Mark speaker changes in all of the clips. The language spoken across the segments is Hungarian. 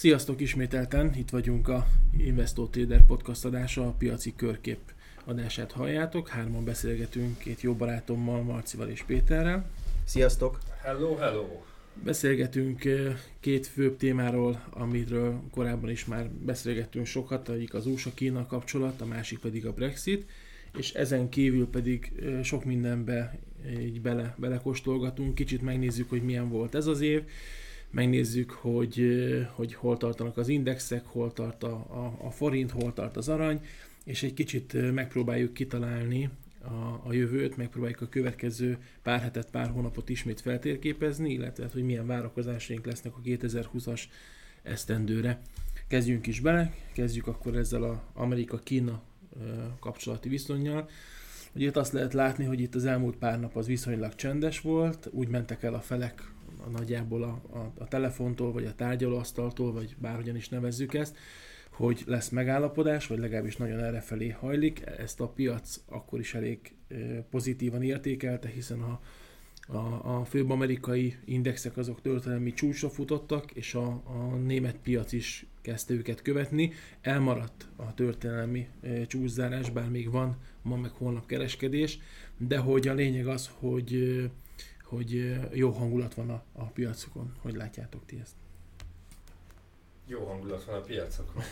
Speaker 1: Sziasztok ismételten, itt vagyunk a Investor Trader podcast adása, a piaci körkép adását halljátok. Hárman beszélgetünk két jó barátommal, Marcival és Péterrel.
Speaker 2: Sziasztok!
Speaker 3: Hello, hello!
Speaker 1: Beszélgetünk két főbb témáról, amiről korábban is már beszélgettünk sokat, egyik az USA-Kína kapcsolat, a másik pedig a Brexit, és ezen kívül pedig sok mindenbe így belekóstolgatunk, kicsit megnézzük, hogy milyen volt ez az év, megnézzük, hogy hol tartanak az indexek, hol tart a forint, hol tart az arany, és egy kicsit megpróbáljuk kitalálni a jövőt, megpróbáljuk a következő pár hetet, pár hónapot ismét feltérképezni, illetve hogy milyen várakozásaink lesznek a 2020-as esztendőre. Kezdjünk is bele, kezdjük akkor ezzel az Amerika-Kína kapcsolati viszonnyal. Ugye itt azt lehet látni, hogy itt az elmúlt pár nap az viszonylag csendes volt, úgy mentek el a felek nagyjából a telefontól, vagy a tárgyalóasztaltól, vagy bárhogyan is nevezzük ezt, hogy lesz megállapodás, vagy legalábbis nagyon errefelé hajlik. Ezt a piac akkor is elég pozitívan értékelte, hiszen a főbb amerikai indexek azok történelmi csúcsra futottak, és a német piac is kezdte őket követni. Elmaradt a történelmi csúcszárás, bár még van ma meg holnap kereskedés, de hogy a lényeg az, hogy jó hangulat van a piacokon. Hogy látjátok ti ezt?
Speaker 3: Jó hangulat van a piacokon.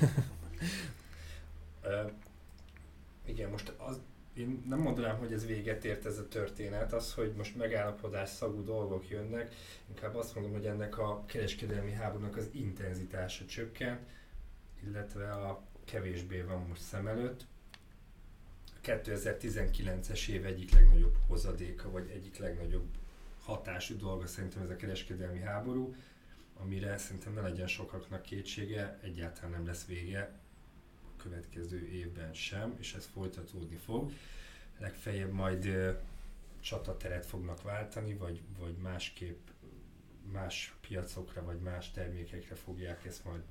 Speaker 3: Igen, most én nem mondanám, hogy ez véget ért ez a történet, az, hogy most megállapodás szagú dolgok jönnek, inkább azt mondom, hogy ennek a kereskedelmi háborúnak az intenzitása csökken, illetve a kevésbé van most szem előtt. A 2019-es év egyik legnagyobb hozadéka, vagy egyik legnagyobb hatású dolga szerintem ez a kereskedelmi háború, amire szerintem ne legyen sokaknak kétsége, egyáltalán nem lesz vége a következő évben sem, és ez folytatódni fog. Legfeljebb majd csatateret fognak váltani, vagy másképp más piacokra, vagy más termékekre fogják ezt majd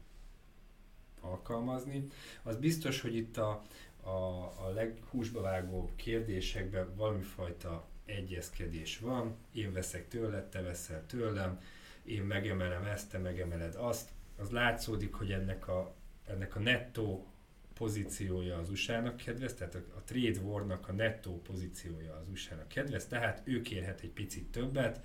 Speaker 3: alkalmazni. Az biztos, hogy itt a leghúsba vágó kérdésekben valamifajta egyezkedés van, én veszek tőled, te veszel tőlem, én megemelem ezt, te megemeled azt. Az látszódik, hogy ennek a nettó pozíciója az USA-nak kedvez, tehát a trade war-nak a nettó pozíciója az USA-nak kedvez, tehát ő kérhet egy picit többet,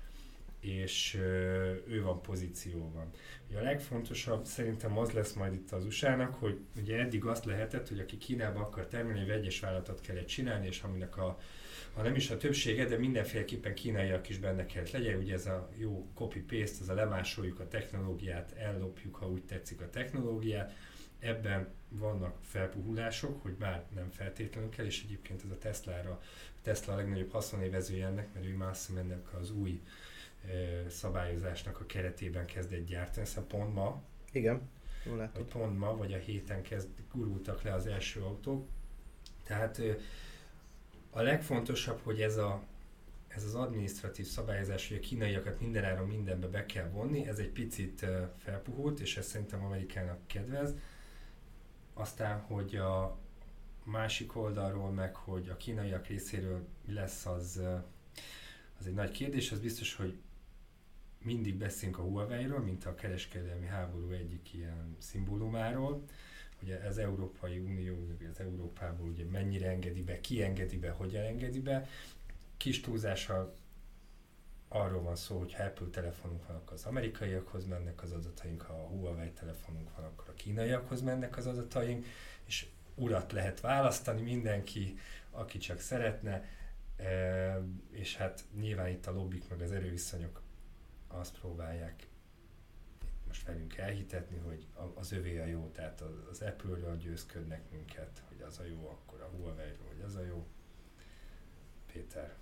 Speaker 3: és ő van pozícióban. Ugye a legfontosabb szerintem az lesz majd itt az USA-nak, hogy ugye eddig azt lehetett, hogy aki Kínába akar termelni, egy vegyes vállalatot kellett csinálni, és aminek ha nem is a többsége, de mindenféleképpen kínaiak is benne kellett legyen, ugye ez a jó copy-paste, az a lemásoljuk a technológiát, ellopjuk, ha úgy tetszik a technológiát. Ebben vannak felpuhulások, hogy már nem feltétlenül kell, és egyébként ez a Tesla a legnagyobb haszonélvezője ennek, mert ő már azt hiszem ennek az új szabályozásnak a keretében kezdett gyártani, szóval pont ma,
Speaker 2: igen, jól látod.
Speaker 3: Pont ma, vagy a héten gurultak le az első autók. Tehát a legfontosabb, hogy ez az adminisztratív szabályozás, hogy a kínaiakat mindenáron mindenbe be kell vonni, ez egy picit felpuhult, és ez szerintem Amerikának kedvez. Aztán, hogy a másik oldalról meg, hogy a kínaiak részéről mi lesz, az egy nagy kérdés. Az biztos, hogy mindig beszélünk a Huawei-ról, mint a kereskedelmi háború egyik ilyen szimbólumáról. Ugye az Európai Unió, az Európából ugye mennyire engedi be, ki engedi be, hogyan engedi be. Kis túlzással arról van szó, hogy ha Apple telefonunk van, akkor az amerikaiakhoz mennek az adataink, ha a Huawei telefonunk van, akkor a kínaiakhoz mennek az adataink, és urat lehet választani mindenki, aki csak szeretne, és hát nyilván itt a lobbik meg az erőviszonyok azt próbálják most velünk elhitetni, hogy az övé a jó, tehát az Apple-ről győzködnek minket, hogy az a jó, akkor a Huawei-ről, hogy az a jó. Péter.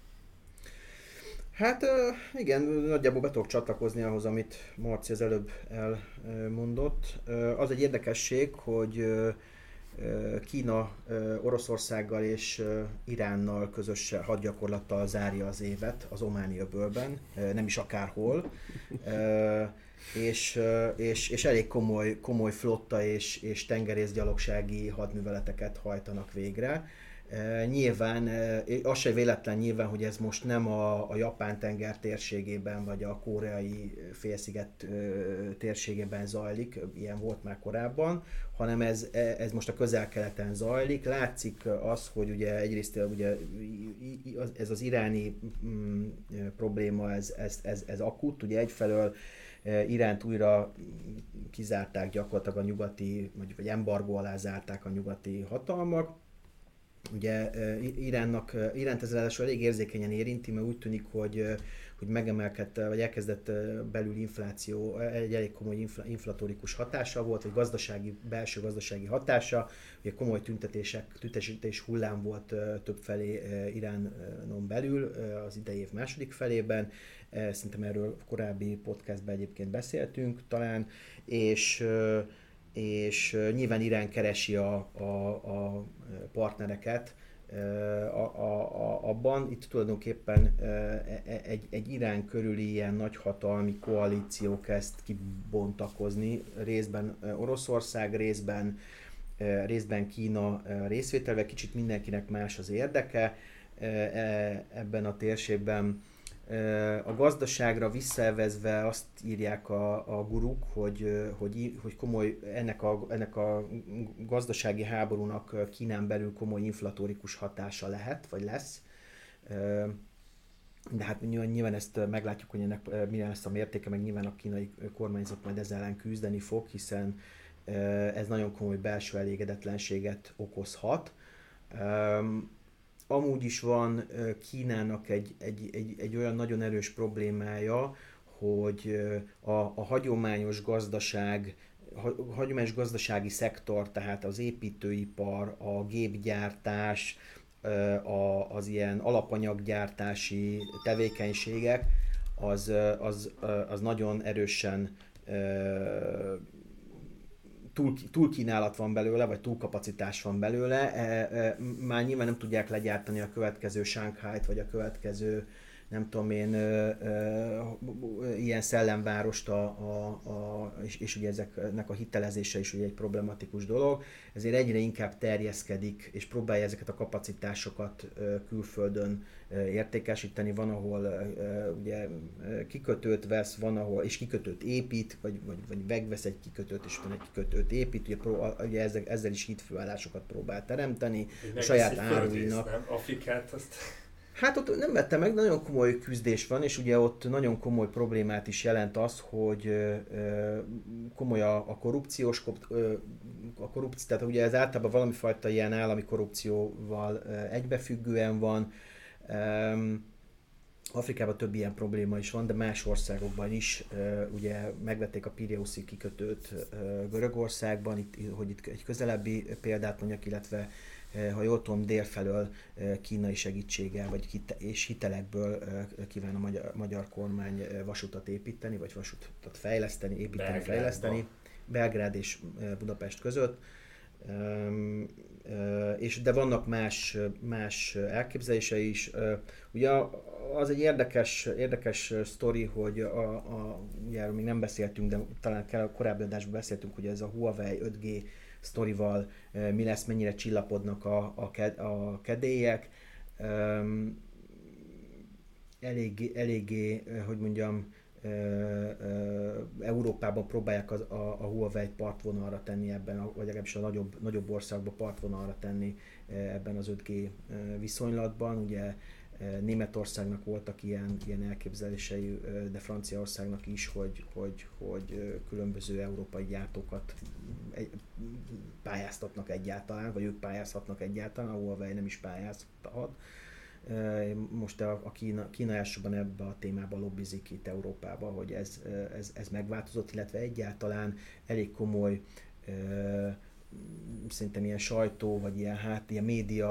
Speaker 2: Hát igen, nagyjából be tudok csatlakozni ahhoz, amit Marci az előbb elmondott. Az egy érdekesség, hogy Kína Oroszországgal és Iránnal közös hadgyakorlattal zárja az évet az Ománi-öbölben, nem is akárhol, és elég komoly flotta és tengerészgyalogsági hadműveleteket hajtanak végre. Nyilván, az se véletlen nyilván, hogy ez most nem a Japán-tenger térségében, vagy a koreai félsziget térségében zajlik, ilyen volt már korábban, hanem ez most a közel-keleten zajlik. Látszik az, hogy ugye egyrészt ugye ez az iráni probléma, ez akut, ugye egyfelől Iránt újra kizárták gyakorlatilag a nyugati, vagy embargó alá zárták a nyugati hatalmak. Ugye Iránt ez ráadásul elég érzékenyen érinti, mert úgy tűnik, hogy megemelkedett, vagy elkezdett belül infláció, egy elég komoly inflatórikus hatása volt, vagy belső gazdasági hatása. Ugye komoly tüntetés hullám volt többfelé Iránon belül az idei év második felében. Szerintem erről korábbi podcastben egyébként beszéltünk talán, és nyilván Irán keresi a partnereket abban. Itt tulajdonképpen egy Irán körüli ilyen nagyhatalmi koalíció kezd kibontakozni, részben Oroszország, részben Kína részvételvel, kicsit mindenkinek más az érdeke ebben a térségben. A gazdaságra visszaevezve azt írják a guruk, hogy komoly ennek a gazdasági háborúnak Kínán belül komoly inflatórikus hatása lehet, vagy lesz. De hát nyilván ezt meglátjuk, hogy ennek milyen lesz a mértéke, meg nyilván a kínai kormányzat majd ezzel ellen küzdeni fog, hiszen ez nagyon komoly belső elégedetlenséget okozhat. Amúgy is van Kínának egy olyan nagyon erős problémája, hogy a hagyományos gazdasági szektor, tehát az építőipar, a gépgyártás, az ilyen alapanyaggyártási tevékenységek, az nagyon erősen túlkínálat van belőle, vagy túlkapacitás van belőle. Már nyilván nem tudják legyártani a következő Shanghai-t, vagy a következő, nem tudom én, ilyen szellemvárost, és ugye ezeknek a hitelezése is ugye egy problematikus dolog. Ezért egyre inkább terjeszkedik, és próbálja ezeket a kapacitásokat külföldön értékesíteni. Van, ahol ugye kikötőt vesz, van, ahol és kikötőt épít, vagy megvesz egy kikötőt, és van egy kikötőt épít. Ugye ezzel is hitfőállásokat próbál teremteni a saját áruinak.
Speaker 3: Afrikát azt...
Speaker 2: Hát ott nem vette meg, nagyon komoly küzdés van, és ugye ott nagyon komoly problémát is jelent az, hogy komoly a korrupció, tehát ugye ez általában valami fajta ilyen állami korrupcióval egybefüggően van. Afrikában több ilyen probléma is van, de más országokban is. Ugye megvették a Pireuszi kikötőt Görögországban, hogy itt egy közelebbi példát mondjak, illetve ha jól tudom, délfelől kínai segítséggel és hitelekből kíván a magyar kormány vasutat építeni, vagy vasutat fejleszteni, Belgrád és Budapest között. De vannak más elképzelései is. Ugye az egy érdekes sztori, hogy ugye még nem beszéltünk, de talán a korábbi adásban beszéltünk, hogy ez a Huawei 5G sztorival mi lesz, mennyire csillapodnak a kedélyek. Eléggé, hogy mondjam, Európában próbálják a Huawei-t partvonalra tenni ebben, vagy legalábbis a nagyobb országban partvonalra tenni ebben az 5G viszonylatban. Ugye Németországnak voltak ilyen elképzelései, de Franciaországnak is, hogy különböző európai gyártókat pályáztatnak egyáltalán, vagy ők pályázhatnak egyáltalán, a Huawei nem is pályázhat. Most a Kína elsősorban ebbe a témába lobbizik itt Európában, hogy ez megváltozott, illetve egyáltalán elég komoly szerintem ilyen sajtó, vagy ilyen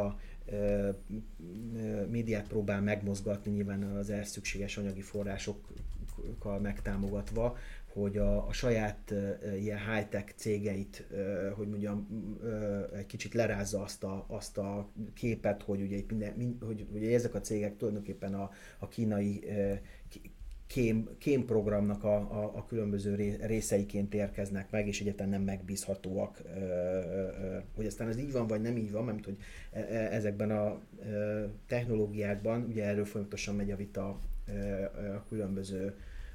Speaker 2: médiát próbál megmozgatni, nyilván az ehhez szükséges anyagi forrásokkal megtámogatva, hogy a saját ilyen high-tech cégeit, hogy mondjam, egy kicsit lerázza azt a képet, hogy ugye, hogy ugye ezek a cégek tulajdonképpen a kínai kémprogramnak a különböző részeiként érkeznek meg, és egyáltalán nem megbízhatóak. Hogy aztán ez így van, vagy nem így van, mert hogy ezekben a technológiákban, ugye erről folyamatosan megy a vita a különböző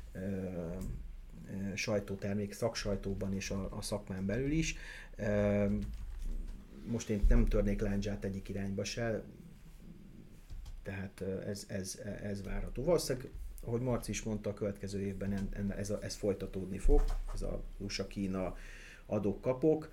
Speaker 2: sajtótermék, szaksajtóban és a szakmán belül is. Most én nem törnék lándzsát egyik irányba se, tehát ez várható. Valószínűleg, ahogy Marci is mondta, a következő évben ez folytatódni fog, ez a USA-Kína adok-kapok.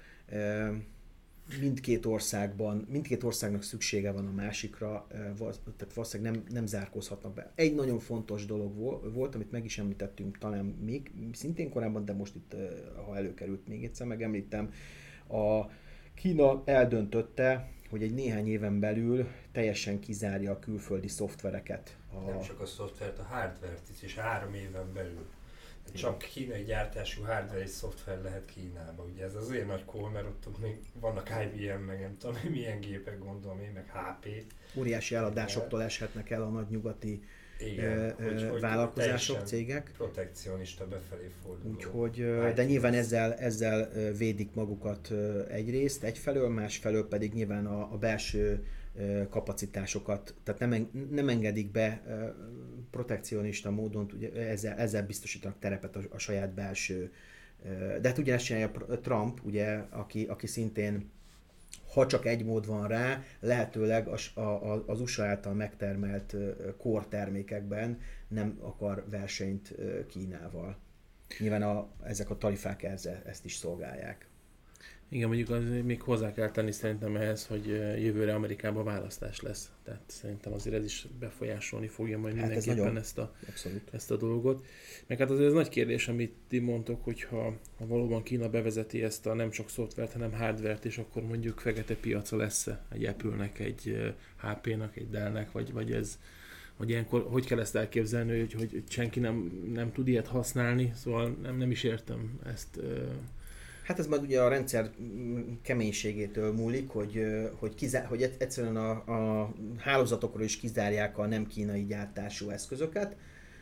Speaker 2: Mindkét országnak szüksége van a másikra, tehát valószínűleg nem zárkózhatnak be. Egy nagyon fontos dolog volt, amit meg is említettünk talán még szintén korábban, de most itt, ha előkerült, még egyszer megemlítem, a Kína eldöntötte, hogy egy néhány éven belül teljesen kizárja a külföldi szoftvereket.
Speaker 3: Nem csak a szoftvert, a hardvert is, és 3 éven belül. Csak kínai gyártású hardware és szoftver lehet Kínában. Ugye ez azért nagy kól, mert ott még vannak IBM, meg nem tudom, milyen gépek, gondolom én, meg HP.
Speaker 2: Óriási eladásoktól eshetnek el a nagy nyugati vállalkozások, cégek.
Speaker 3: Protekcionista befelé forduló.
Speaker 2: Úgyhogy, de nyilván ezzel védik magukat egyrészt, egyfelől, másfelől pedig nyilván a belső kapacitásokat, tehát nem engedik be protekcionista módon, ugye ezzel biztosítanak terepet a saját belső. De hát ugyanezt csinálja Trump, ugye, aki szintén, ha csak egy mód van rá, lehetőleg az USA által megtermelt core termékekben nem akar versenyt Kínával. Nyilván ezek a tarifák ezt is szolgálják.
Speaker 1: Igen, mondjuk az még hozzá kell tenni szerintem ehhez, hogy jövőre Amerikában választás lesz. Tehát szerintem azért ez is befolyásolni fogja majd mindenképpen ezt a dolgot. Meg hát azért ez nagy kérdés, amit ti mondtok, hogyha valóban Kína bevezeti ezt a nem csak szoftvert, hanem hardvert, és akkor mondjuk fekete piaca lesz egy Apple-nek, egy HP-nak, egy Dell-nek, vagy ez, hogy ilyenkor hogy kell ezt elképzelni, hogy senki nem tud ilyet használni, szóval nem is értem ezt.
Speaker 2: Hát ez majd ugye a rendszer keménységétől múlik, hogy egyszerűen a hálózatokról is kizárják a nem kínai gyártású eszközöket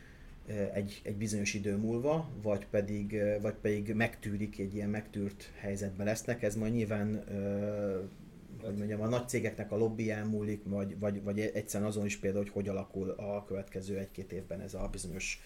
Speaker 2: egy bizonyos idő múlva, vagy pedig megtűrik, egy ilyen megtűrt helyzetben lesznek. Ez majd nyilván hogy mondjam, a nagy cégeknek a lobbyján múlik, vagy egyszerűen azon is például, hogy alakul a következő 1-2 évben ez a bizonyos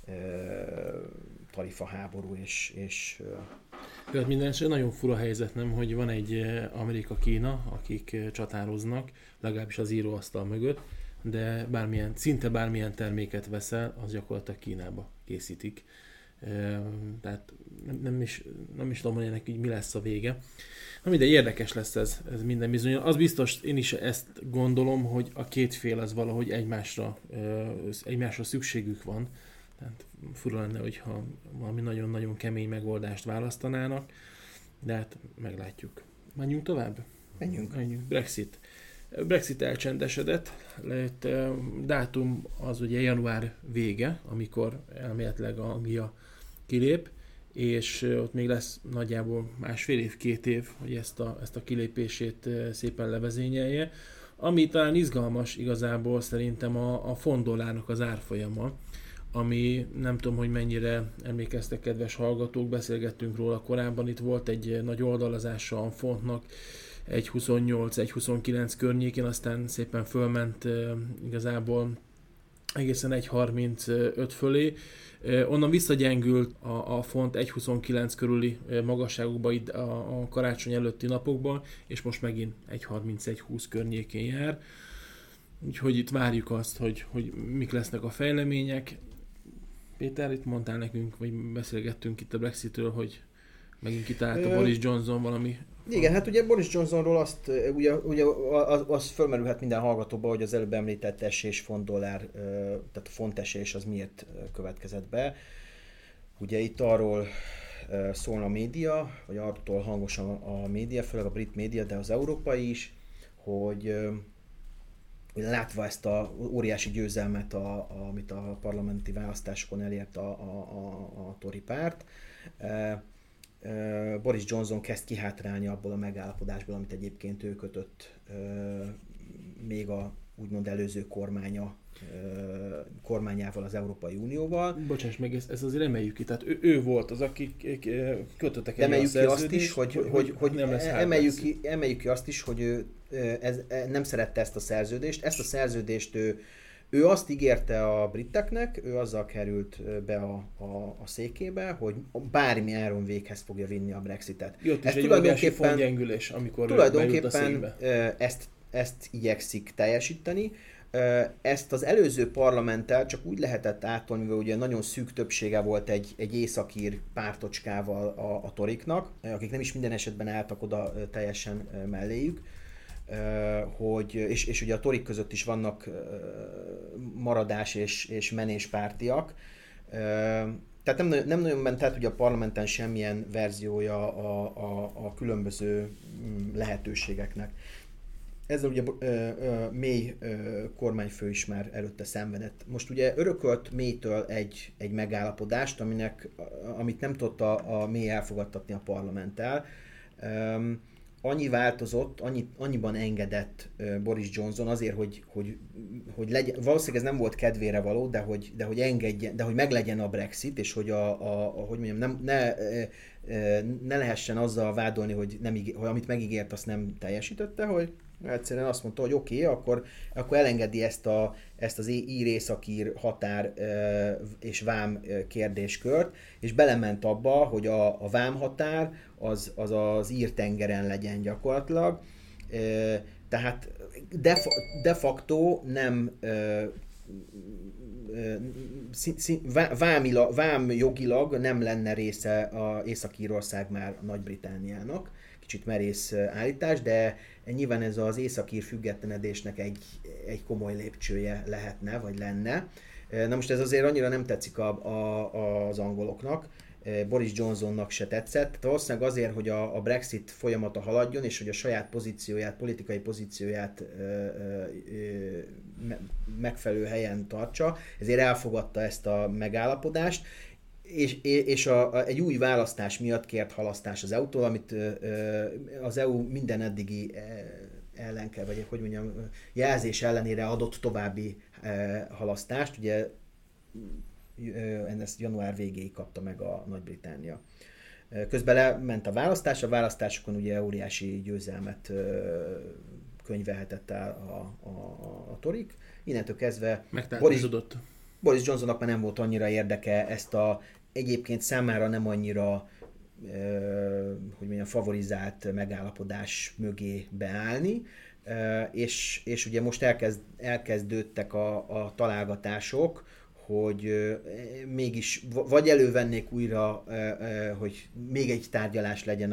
Speaker 2: tarifa háború és
Speaker 1: Tehát minden nagyon fura helyzet, nem, hogy van egy Amerika-Kína, akik csatároznak, legalábbis az íróasztal mögött, de szinte bármilyen terméket veszel, az gyakorlatilag Kínába készítik. Tehát nem is tudom, hogy ennek így mi lesz a vége. Na mindegy, érdekes lesz ez minden bizony. Az biztos, én is ezt gondolom, hogy a két fél az valahogy egymásra szükségük van. Tehát fura lenne, hogyha valami nagyon-nagyon kemény megoldást választanának, de hát meglátjuk. Menjünk tovább? Menjünk. Brexit elcsendesedett, lett dátum az ugye január vége, amikor elméletileg Anglia kilép, és ott még lesz nagyjából 1,5 év, 2 év, hogy ezt a kilépését szépen levezényelje. Ami talán izgalmas igazából szerintem a font dollárnak az árfolyama, ami nem tudom, hogy mennyire emlékeztek, kedves hallgatók, beszélgettünk róla korábban, itt volt egy nagy oldalazása a fontnak, 1,28-1,29 környékén, aztán szépen fölment igazából egészen 1,35 fölé. Onnan visszagyengült a font 1,29 körüli magasságokba a karácsony előtti napokban, és most megint 1,31-1,20 környékén jár. Úgyhogy itt várjuk azt, hogy mik lesznek a fejlemények. Péter, itt mondtál nekünk, vagy beszélgettünk itt a Brexitről, hogy megint kitalált a Boris Johnson valami.
Speaker 2: Igen, hát ugye Boris Johnsonról az fölmerülhet minden hallgatóba, hogy az előbb említett esés font-dollár, tehát a fontesés az miért következett be. Ugye itt arról szól a média, vagy arról hangosan a média, főleg a brit média, de az európai is, hogy látva ezt a óriási győzelmet, amit a parlamenti választásokon elért a Tory párt, Boris Johnson kezd kihátrálni abból a megállapodásból, amit egyébként ő kötött még a úgymond előző kormányával, az Európai Unióval.
Speaker 1: Bocsáss meg, ezt azért emeljük ki. Tehát ő volt az, aki kötöttek egy
Speaker 2: olyan szerződést, hogy
Speaker 1: nem lesz
Speaker 2: emeljük ki azt is, hogy ő nem szerette ezt a szerződést. Ezt a szerződést ő azt ígérte a briteknek, ő azzal került be a székébe, hogy bármi áron véghez fogja vinni a Brexitet.
Speaker 1: Jött is egy óriási fondgyengülés, amikor
Speaker 2: tulajdonképpen ezt igyekszik teljesíteni. Ezt az előző parlamenttel csak úgy lehetett átolni, mivel ugye nagyon szűk többsége volt egy északír pártocskával a toriknak, akik nem is minden esetben álltak oda teljesen melléjük, és ugye a torik között is vannak maradás és menéspártiak. Tehát nem nagyon ment át ugye a parlamenten semmilyen verziója a különböző lehetőségeknek. Ezzel ugye May kormányfő is már előtte szenvedett. Most ugye örökölt Maytől egy megállapodást, amit nem tudta a May elfogadtatni a parlamenttel. Annyi változott, annyiban engedett Boris Johnson azért, hogy legyen, valószínűleg ez nem volt kedvére való, de hogy engedjen, de hogy meglegyen a Brexit, és hogy hogy mondjam, ne lehessen azzal vádolni, hogy amit megígért, azt nem teljesítette, hogy egyszerűen azt mondta, hogy oké, akkor elengedi ezt az ír-északír határ és vám kérdéskört, és belement abba, hogy a vámhatár az ír-tengeren legyen gyakorlatilag. Tehát de facto nem vámjogilag nem lenne része a Észak-Írország már Nagy-Britanniának. Kicsit merész állítás, de nyilván ez az északír függetlenedésnek egy komoly lépcsője lehetne, vagy lenne. Na most ez azért annyira nem tetszik az angoloknak, Boris Johnsonnak se tetszett. Tehát valószínűleg azért, hogy a Brexit folyamata haladjon, és hogy a saját pozícióját, politikai pozícióját megfelelő helyen tartsa, ezért elfogadta ezt a megállapodást, és egy új választás miatt kért halasztás az EU-tól, amit az EU minden eddigi vagy hogy mondjam, jelzés ellenére adott további halasztást. Ugye ezt január végéig kapta meg a Nagy-Britannia. Közben lement a választásokon ugye óriási győzelmet könyvelhetett el a torik. Innentől kezdve Boris Johnsonnak már nem volt annyira érdeke ezt egyébként számára nem annyira favorizált megállapodás mögé beállni, és ugye most elkezdődtek a találgatások, hogy mégis vagy elővennék újra, hogy még egy tárgyalás legyen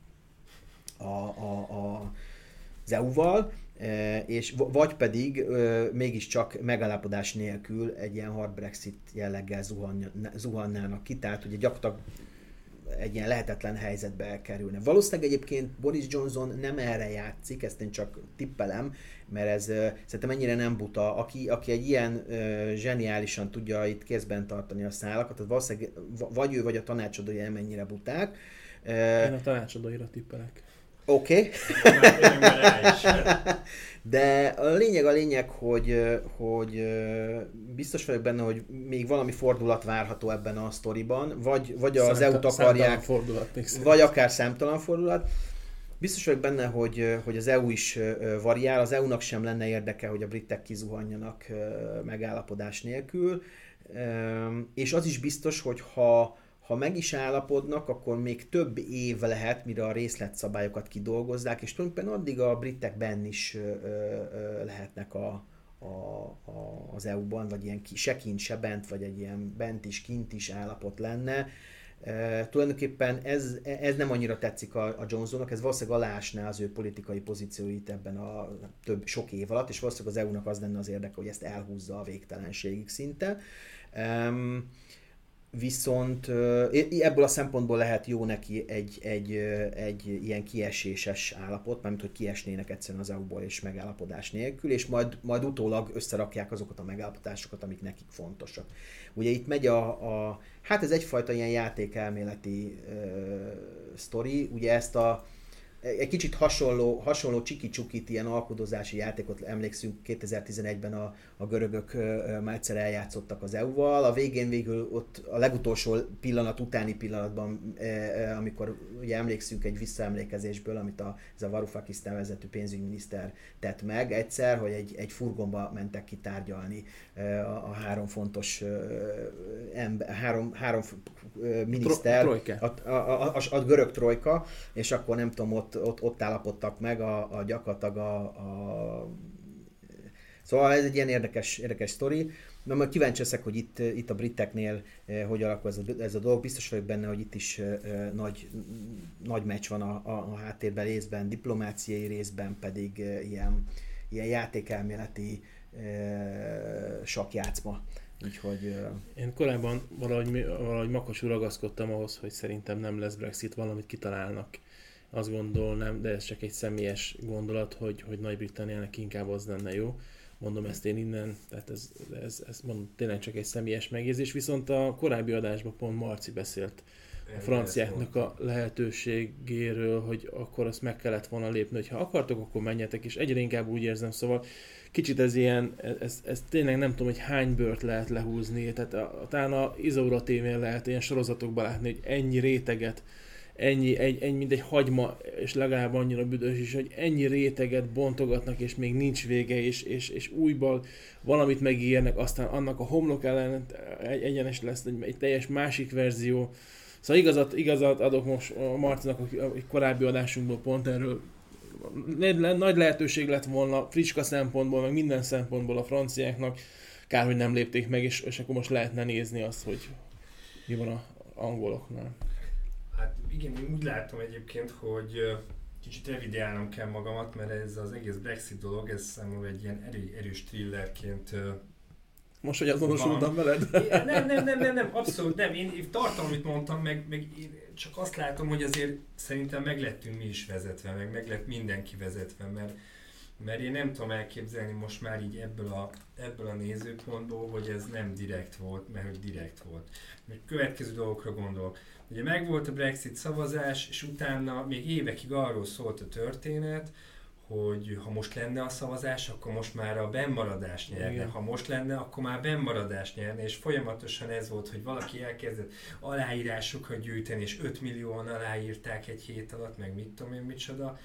Speaker 2: az EU-val, és vagy pedig mégiscsak megállapodás nélkül egy ilyen hard Brexit jelleggel zuhannának ki, tehát ugye gyakorlatilag egy ilyen lehetetlen helyzetbe kerülne. Valószínűleg egyébként Boris Johnson nem erre játszik, ezt én csak tippelem, mert ez szerintem ennyire nem buta. Aki egy ilyen zseniálisan tudja itt kézben tartani a szálakat, az valószínűleg vagy ő, vagy a tanácsadója nem ennyire buták.
Speaker 1: Én a tanácsadóira tippelek.
Speaker 2: Oké. De a lényeg, hogy biztos vagyok benne, hogy még valami fordulat várható ebben a sztoriban, vagy az EU-t akarják, vagy akár számtalan fordulat. Biztos vagyok benne, hogy az EU is variál, az EU-nak sem lenne érdeke, hogy a britek kizuhanjanak megállapodás nélkül, és az is biztos, hogy ha meg is állapodnak, akkor még több év lehet, mire a részletszabályokat kidolgozzák, és tulajdonképpen addig a britek benn is lehetnek az EU-ban, vagy ilyen se kint, se bent, vagy egy ilyen bent is, kint is állapot lenne. Tulajdonképpen ez nem annyira tetszik a Johnsonnak, ez valószínűleg aláásná az ő politikai pozícióit ebben a sok év alatt, és valószínűleg az EU-nak az lenne az érdeke, hogy ezt elhúzza a végtelenségig szinte. Viszont ebből a szempontból lehet jó neki egy ilyen kieséses állapot, mármint hogy kiesnének egyszerűen az EU-ból és megállapodás nélkül, és majd utólag összerakják azokat a megállapodásokat, amik nekik fontosak. Ugye itt megy hát ez egyfajta ilyen játékelméleti sztori, ugye egy kicsit hasonló csiki-csukit, ilyen alkudozási játékot emlékszünk 2011-ben a görögök már egyszer eljátszottak az EU-val. A végül ott a legutolsó pillanat utáni pillanatban, amikor ugye emlékszünk egy visszaemlékezésből, amit ez a Varoufakis nevezetű pénzügyminiszter tett meg egyszer, hogy egy furgonba mentek ki tárgyalni a három fontos három miniszter, a görög trojka, és akkor nem tudom, ott állapodtak meg gyakorlatilag Szóval ez egy ilyen érdekes sztori. Na, majd kíváncsi leszek, hogy itt a briteknél hogy alakul ez a dolog. Biztos vagyok benne, hogy itt is nagy meccs van a háttérben, részben diplomáciai, részben pedig ilyen játékelméleti sakkjátszma. Úgyhogy...
Speaker 1: Én korábban valahogy makosul ragaszkodtam ahhoz, hogy szerintem nem lesz Brexit, valamit kitalálnak. Azt gondolnám, de ez csak egy személyes gondolat, hogy Nagy-Britanniának inkább az lenne jó. Mondom ezt én innen, tehát ez mondom, tényleg csak egy személyes megjegyzés, viszont a korábbi adásban pont Marci beszélt a franciáknak a lehetőségéről, hogy akkor azt meg kellett volna lépni, hogy ha akartok, akkor menjetek, és egyre inkább úgy érzem, szóval kicsit ez ilyen, ez tényleg nem tudom, hogy hány bört lehet lehúzni, tehát talán a Izaura tévén lehet ilyen sorozatokban látni, hogy ennyi réteget, ennyi mint egy hagyma, és legalább annyira büdös is, hogy ennyi réteget bontogatnak, és még nincs vége, és újból valamit megígérnek, aztán annak a homlok ellen egyenes lesz egy teljes másik verzió. Szóval igazat adok most Marcinak egy korábbi adásunkból pont erről. Nagy lehetőség lett volna fricska szempontból, meg minden szempontból a franciáknak, kár, hogy nem lépték meg, és akkor most lehetne nézni azt, hogy mi van az angoloknál.
Speaker 3: Hát igen, én úgy látom egyébként, hogy kicsit revideálnom kell magamat, mert ez az egész Brexit dolog, ez számomra egy ilyen erős thrillerként
Speaker 1: most, hogy azonosultam veled?
Speaker 3: Nem, abszolút nem. Én tartom, amit mondtam, meg én csak azt látom, hogy azért szerintem meg lettünk mi is vezetve, meg lett mindenki vezetve, mert én nem tudom elképzelni most már így ebből a nézőpontból, hogy ez nem direkt volt, mert hogy direkt volt. Még következő dolgokra gondolok. Ugye megvolt a Brexit szavazás, és utána még évekig arról szólt a történet, hogy ha most lenne a szavazás, akkor most már a bennmaradás nyerne. Igen. Ha most lenne, akkor már bennmaradás nyerne, és folyamatosan ez volt, hogy valaki elkezdett aláírásokat gyűjteni, és 5 millióan aláírták egy hét alatt, meg mit tudom én micsoda,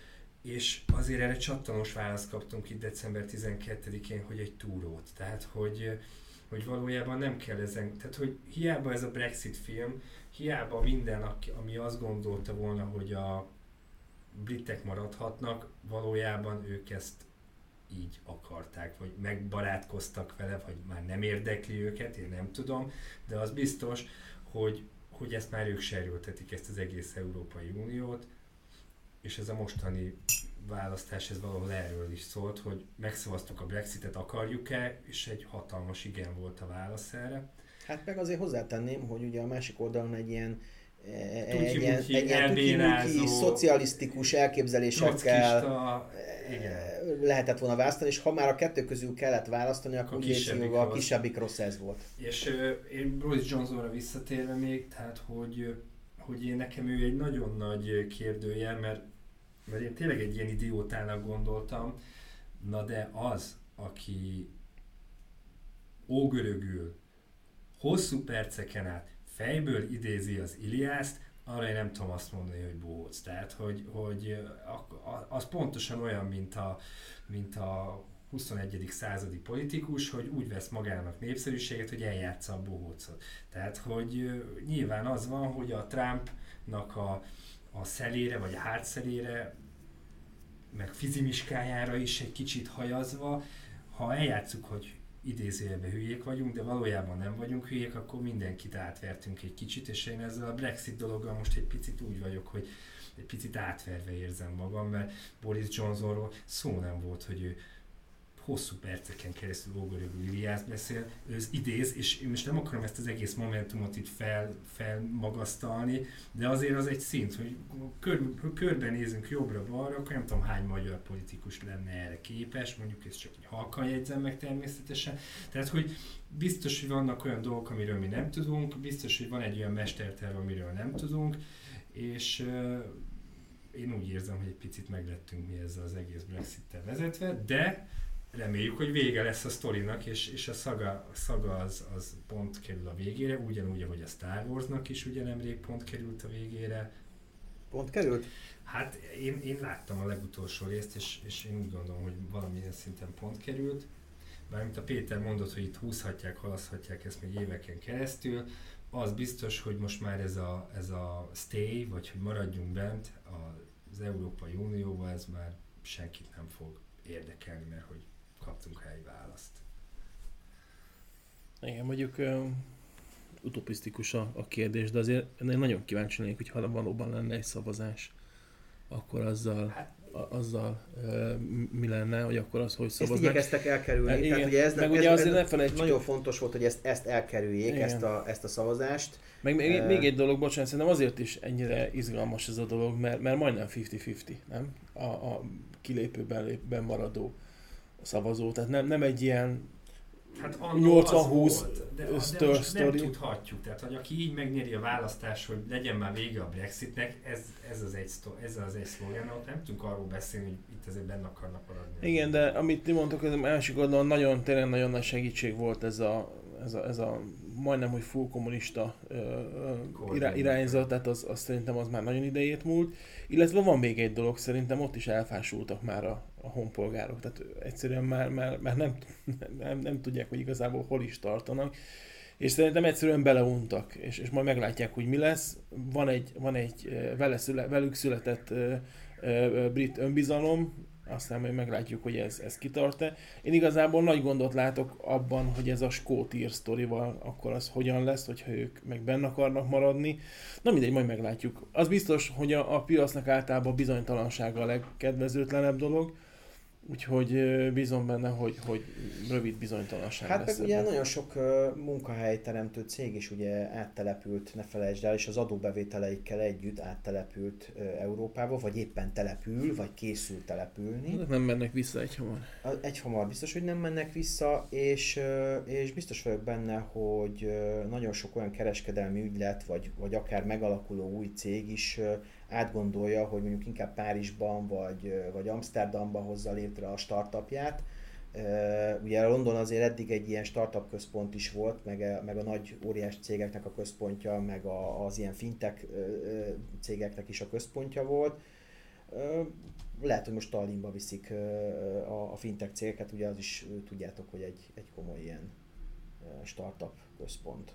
Speaker 3: és azért erre csattanós választ kaptunk itt december 12-én, hogy egy túrót. Tehát, hogy valójában nem kell ezen, tehát, hogy hiába ez a Brexit film, hiába minden, ami azt gondolta volna, hogy a britek maradhatnak, valójában ők ezt így akarták, vagy megbarátkoztak vele, vagy már nem érdekli őket, én nem tudom, de az biztos, hogy ezt már ők se erőltetik, ezt az egész Európai Uniót, és ez a mostani választás, ez valahol erről is szólt, hogy megszavaztuk a Brexitet, akarjuk-e, és egy hatalmas igen volt a válasz erre.
Speaker 2: Hát meg azért hozzátenném, hogy ugye a másik oldalon egy ilyen
Speaker 3: elbérázó,
Speaker 2: szocialisztikus elképzelésekkel lehetett volna választani, és ha már a kettő közül kellett választani, akkor a kisebbik rossz ez volt.
Speaker 3: És én Boris Johnsonra visszatérve még, tehát hogy nekem ő egy nagyon nagy kérdőjel, mert én tényleg egy ilyen idiótának gondoltam, na de az, aki ógörögül, hosszú perceken át fejből idézi az Iliászt, arra én nem tudom azt mondani, hogy bohóc. Tehát, hogy az pontosan olyan, mint a 21. századi politikus, hogy úgy vesz magának népszerűséget, hogy eljátsza a bohócot. Tehát, hogy nyilván az van, hogy a Trumpnak a szelére, vagy a hátszelére, meg fizimiskájára is egy kicsit hajazva, ha eljátszuk, hogy idézőjelben hülyék vagyunk, de valójában nem vagyunk hülyék, akkor mindenkit átvertünk egy kicsit, és én ezzel a Brexit dologgal most egy picit úgy vagyok, hogy egy picit átverve érzem magam, mert Boris Johnsonról szó nem volt, hogy ő hosszú perceken keresztül ógörögül Iliászt beszél, ő idéz, és én most nem akarom ezt az egész momentumot itt felmagasztalni, de azért az egy szint, hogy körbenézünk jobbra-balra, akkor nem tudom hány magyar politikus lenne erre képes, mondjuk ezt csak így halkan jegyzem meg természetesen. Tehát, hogy biztos, hogy vannak olyan dolgok, amiről mi nem tudunk, biztos, hogy van egy olyan mesterterv, amiről nem tudunk, és én úgy érzem, hogy egy picit meglettünk mi ezzel az egész Brexit-tel vezetve, de reméljük, hogy vége lesz a sztorinak, és a szaga az pont kerül a végére, ugyanúgy, ahogy a Star Warsnak is ugye nemrég pont került a végére.
Speaker 2: Pont került?
Speaker 3: Hát én láttam a legutolsó részt, és én úgy gondolom, hogy valamilyen szinten pont került. Bármint a Péter mondott, hogy itt húzhatják, halaszthatják ezt még éveken keresztül, az biztos, hogy most már ez a stay, vagy hogy maradjunk bent az Európai Unióba, ez már senkit nem fog érdekelni, mert hogy kaptunk rá egy választ.
Speaker 1: Igen, mondjuk utopisztikus a kérdés, de azért én nagyon kíváncsi lennék, hogy ha valóban lenne egy szavazás, akkor azzal mi lenne, hogy akkor az hogy szavaznak.
Speaker 2: Ezt igyekeztek elkerülni.
Speaker 1: Igen,
Speaker 2: tehát ugye ez,
Speaker 1: meg ugye azért ne felejtsük.
Speaker 2: Nagyon fontos volt, hogy ezt elkerüljék, ezt a szavazást.
Speaker 1: Meg még egy dolog, bocsánat, szerintem azért is ennyire izgalmas ez a dolog, mert majdnem 50-50, nem? A kilépőben maradó szavazó. Tehát nem egy ilyen
Speaker 3: hát
Speaker 1: 80-20
Speaker 3: de most nem tudhatjuk. Tehát, hogy aki így megnyeri a választás, hogy legyen már vége a Brexitnek, ez az egy szlogen, ott nem tudunk arról beszélni, hogy itt azért benne akarnak maradni.
Speaker 1: Igen, de amit ti mondtok, az a másik oldalon tényleg nagyon nagy segítség volt ez a majdnem, hogy full kommunista irányzat, tehát az szerintem az már nagyon idejét múlt. Illetve van még egy dolog, szerintem ott is elfásultak már a honpolgárok, tehát egyszerűen már nem tudják, hogy igazából hol is tartanak. És szerintem egyszerűen beleuntak, és majd meglátják, hogy mi lesz. Van egy velük született brit önbizalom, aztán majd meglátjuk, hogy ez kitart-e. Én igazából nagy gondot látok abban, hogy ez a skót ír sztorival akkor az hogyan lesz, hogyha ők meg benne akarnak maradni. Na mindegy, majd meglátjuk. Az biztos, hogy a piacnak általában bizonytalansága a legkedvezőtlenebb dolog, úgyhogy bízom benne, hogy rövid bizonytalanság lesz.
Speaker 2: Hát meg ugye nagyon sok munkahelyteremtő cég is ugye áttelepült, ne felejtsd el, és az adóbevételeikkel együtt áttelepült Európába, vagy éppen települ, vagy készül települni.
Speaker 1: Nem mennek vissza egyhamar.
Speaker 2: Egyhamar biztos, hogy nem mennek vissza, és biztos vagyok benne, hogy nagyon sok olyan kereskedelmi ügylet, vagy akár megalakuló új cég is átgondolja, hogy mondjuk inkább Párizsban vagy Amsterdamban hozza létre a startupját. Ugye London azért eddig egy ilyen startup központ is volt, meg a nagy óriás cégeknek a központja, meg az ilyen fintech cégeknek is a központja volt. Lehet, hogy most Tallinnba viszik a fintech cégeket, ugye az is tudjátok, hogy egy komoly ilyen startup központ.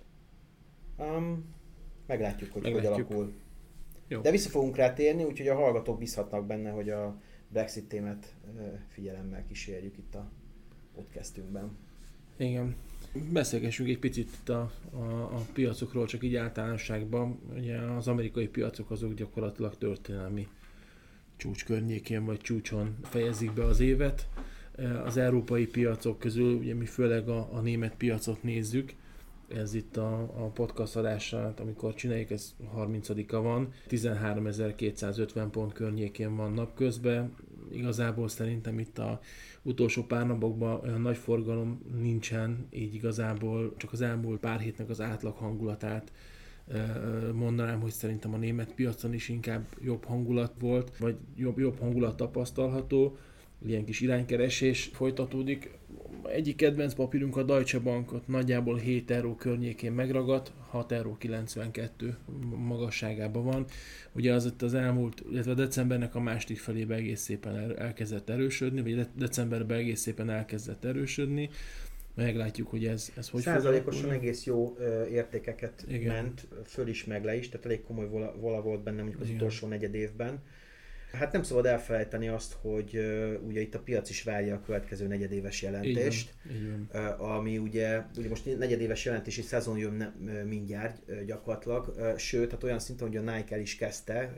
Speaker 2: Meglátjuk, hogy alakul. Jó. De vissza fogunk rá térni, úgyhogy a hallgatók bízhatnak benne, hogy a Brexit témát figyelemmel kísérjük itt a podcastünkben.
Speaker 1: Igen. Beszélgessünk egy picit itt a piacokról, csak így általánosságban. Ugye az amerikai piacok azok gyakorlatilag történelmi csúcs környékén vagy csúcson fejezik be az évet. Az európai piacok közül, ugye mi főleg a német piacot nézzük, ez itt a podcast adását, amikor csináljuk, ez 30-a van, 13.250 pont környékén van napközben. Igazából szerintem itt a utolsó pár napokban olyan nagy forgalom nincsen, így igazából csak az elmúlt pár hétnek az átlag hangulatát mondanám, hogy szerintem a német piacon is inkább jobb hangulat volt, vagy jobb hangulat tapasztalható, ilyen kis iránykeresés folytatódik. Egyik kedvenc papírunk a Deutsche Bankot nagyjából 7 euró környékén megragadt, 6,92 euró magasságában van. Ugye az itt az elmúlt, illetve decembernek a második felében egész szépen elkezdett erősödni, vagy decemberben egész szépen elkezdett erősödni. Meglátjuk, hogy ez hogy
Speaker 2: százalékosan egész jó értékeket ment, föl is meg le is, tehát elég komoly vola volt benne mondjuk az utolsó negyed évben. Hát nem szabad elfelejteni azt, hogy ugye itt a piac is várja a következő negyedéves jelentést,
Speaker 1: így van.
Speaker 2: Ami ugye most negyedéves jelentési szezon jön mindjárt gyakorlatilag, sőt, hát olyan szinten, hogy a Nike el is kezdte,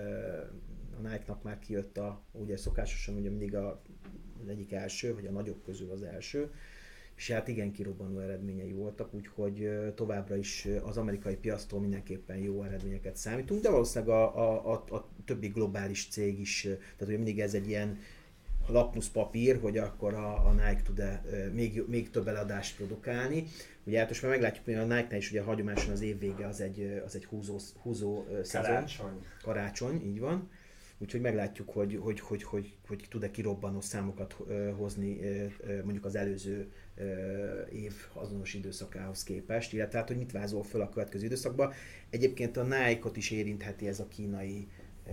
Speaker 2: a Nike-nak már kijött ugye szokásosan ugye mindig az egyik első, vagy a nagyobb közül az első, és hát igen kirobbanó eredményei voltak, úgyhogy továbbra is az amerikai piactól mindenképpen jó eredményeket számítunk, de valószínűleg a többi globális cég is, tehát ugye mindig ez egy ilyen lakmuszpapír, hogy akkor a Nike tud-e még több eladást produkálni. Ugye hát most már meglátjuk, hogy a Nike-nál is ugye hagyományosan az év vége az egy húzó szezon.
Speaker 3: Karácsony.
Speaker 2: Karácsony, így van. Úgyhogy meglátjuk, hogy tud-e kirobbanó számokat hozni mondjuk az előző év azonos időszakához képest, illetve hát, hogy mit vázol föl a következő időszakban. Egyébként a Nike-ot is érintheti ez a kínai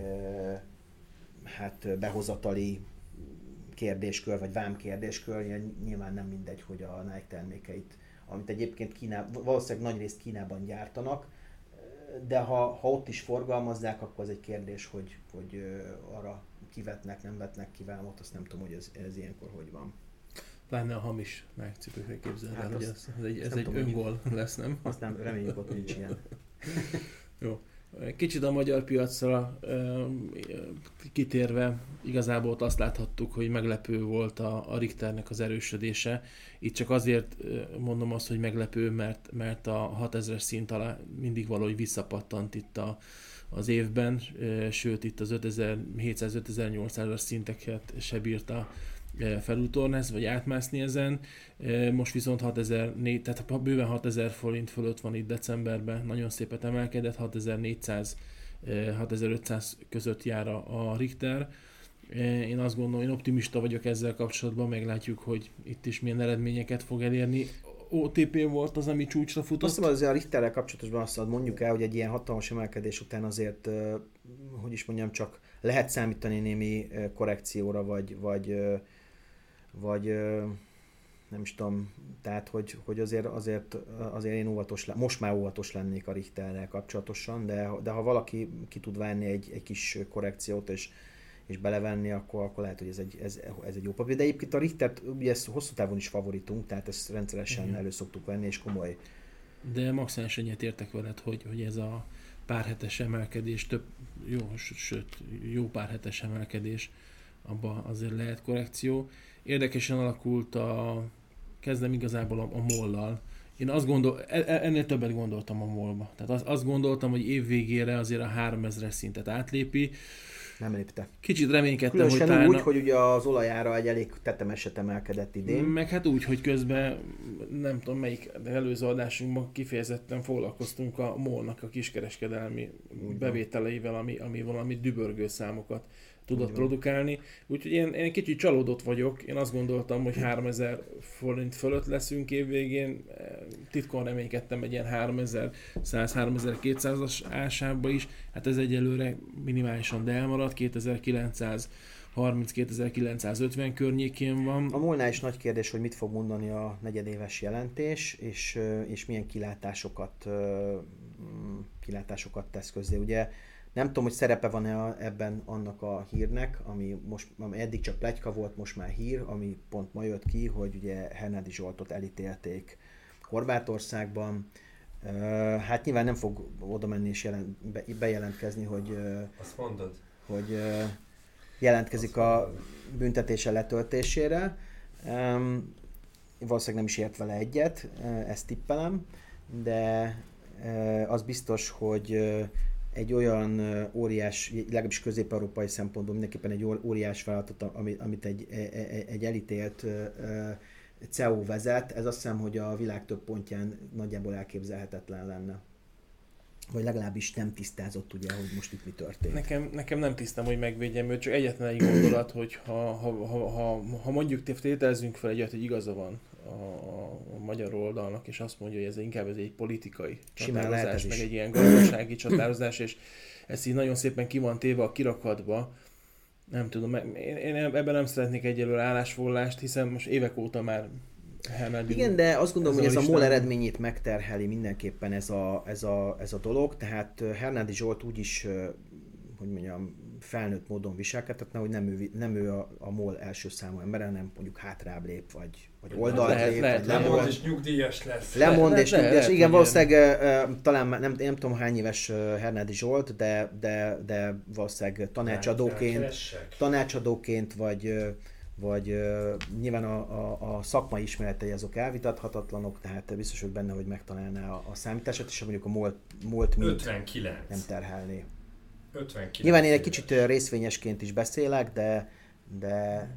Speaker 2: behozatali kérdéskör, vagy vám kérdéskör. Nyilván nem mindegy, hogy a Nike termékeit, amit egyébként valószínűleg nagyrészt Kínában gyártanak, de ha ott is forgalmazzák, akkor az egy kérdés, hogy arra kivetnek, nem vetnek ki vámot, azt nem tudom, hogy ez ilyenkor hogy van.
Speaker 1: Pláne a hamis Nike cipőkre képzeld el, hogy ez egy
Speaker 2: tudom,
Speaker 1: öngól lesz, nem?
Speaker 2: Azt nem, reméljük, ott nincs ilyen.
Speaker 1: Jó. Kicsit a magyar piacra kitérve, igazából ott azt láthattuk, hogy meglepő volt a Richternek az erősödése. Itt csak azért mondom azt, hogy meglepő, mert a 6000-es szint alá mindig valahogy visszapattant itt az évben, sőt itt az 5700-5800-as szinteket se bírta felútornázni, vagy átmászni ezen. Most viszont 6004, tehát bőven 6000 forint fölött van itt decemberben, nagyon szépet emelkedett, 6400-6500 között jár a Richter. Én azt gondolom, én optimista vagyok ezzel kapcsolatban, meglátjuk, hogy itt is milyen eredményeket fog elérni. OTP volt az, ami csúcsra futott.
Speaker 2: Azt mondom, azért a Richterrel kapcsolatosan azt mondjuk el, hogy egy ilyen hatalmas emelkedés után azért, hogy is mondjam, csak lehet számítani némi korrekcióra, vagy nem is tudom, tehát hogy azért én most már óvatos lennék a Richterrel kapcsolatosan, de ha valaki ki tud várni egy kis korrekciót és belevenni, akkor lehet, hogy ez egy jó papír. De egyébként a Richtert ugye hosszú távon is favoritunk, tehát ezt rendszeresen elő szoktuk venni, és komoly.
Speaker 1: De maximálisan egyetértek veled, hogy ez a párhetes emelkedés, jó párhetes emelkedés, abban azért lehet korrekció. Érdekesen alakult kezdem igazából a MOL-lal. Én ennél többet gondoltam a MOL-ba. Tehát azt gondoltam, hogy év végére azért a 3000-es szintet átlépi.
Speaker 2: Nem lépte.
Speaker 1: Kicsit reménykedtem,
Speaker 2: különösen
Speaker 1: hogy talán...
Speaker 2: úgy, hogy ugye az olajára egy elég tetemeset emelkedett idén.
Speaker 1: Meg hát úgy, hogy közben nem tudom melyik előző adásunkban kifejezetten foglalkoztunk a MOL-nak a kiskereskedelmi bevételeivel, ami valami dübörgő számokat tudott produkálni. Úgyhogy én kicsit csalódott vagyok. Én azt gondoltam, hogy 3000 forint fölött leszünk évvégén. Titkon reménykedtem egy ilyen 3100-3200-as ásába is. Hát ez egyelőre minimálisan, de elmaradt. 2930-2950 környékén van.
Speaker 2: A MOL-nál is nagy kérdés, hogy mit fog mondani a negyedéves jelentés, és milyen kilátásokat tesz közzé. Ugye nem tudom, hogy szerepe van-e ebben annak a hírnek, ami eddig csak pletyka volt, most már hír, ami pont ma jött ki, hogy ugye Hernádi Zsoltot elítélték Horvátországban. Hát nyilván nem fog oda menni és bejelentkezni, hogy...
Speaker 3: Azt mondod?
Speaker 2: Hogy jelentkezik a büntetése letöltésére. Valószínűleg nem is ért vele egyet, ezt tippelem, de az biztos, hogy egy olyan óriás, legalábbis közép-európai szempontból mindenképpen egy óriás vállalatot, amit egy elítélt CEO vezet, ez azt hiszem, hogy a világ több pontján nagyjából elképzelhetetlen lenne. Vagy legalábbis nem tisztázott, ugye, hogy most itt mi történt.
Speaker 1: Nekem nem tisztám, hogy megvédjem őt, csak egyetlen egy gondolat, hogy ha mondjuk tételezzünk fel egyet, hogy igaza van a magyar oldalnak, és azt mondja, hogy ez inkább egy politikai csatározás, meg egy ilyen gazdasági csatározás, és ez így nagyon szépen ki van téve a kirakatba. Nem tudom, én ebben nem szeretnék egyelőre állásfoglalást, hiszen most évek óta már Hernádi.
Speaker 2: Igen, de azt gondolom, hogy ez a MOL eredményét megterheli mindenképpen ez a dolog, tehát Hernádi Zsolt úgyis, hogy mondjam, felnőtt módon viselkedhetne, hogy nem ő a MOL első számú ember, hanem mondjuk hátrább lép, vagy oldalt lép, vagy
Speaker 3: lemond és nyugdíjas lesz.
Speaker 2: Lemond és nyugdíjas, igen, valószínűleg talán nem tudom hány éves Hernádi Zsolt, de valószínűleg tanácsadóként vagy nyilván a szakmai ismeretei azok elvitathatatlanok, tehát biztos, hogy benne, hogy megtalálná a számítását, és mondjuk a MOL-t nem terhelné.
Speaker 3: 59
Speaker 2: nyilván én egy kicsit részvényesként is beszélek, de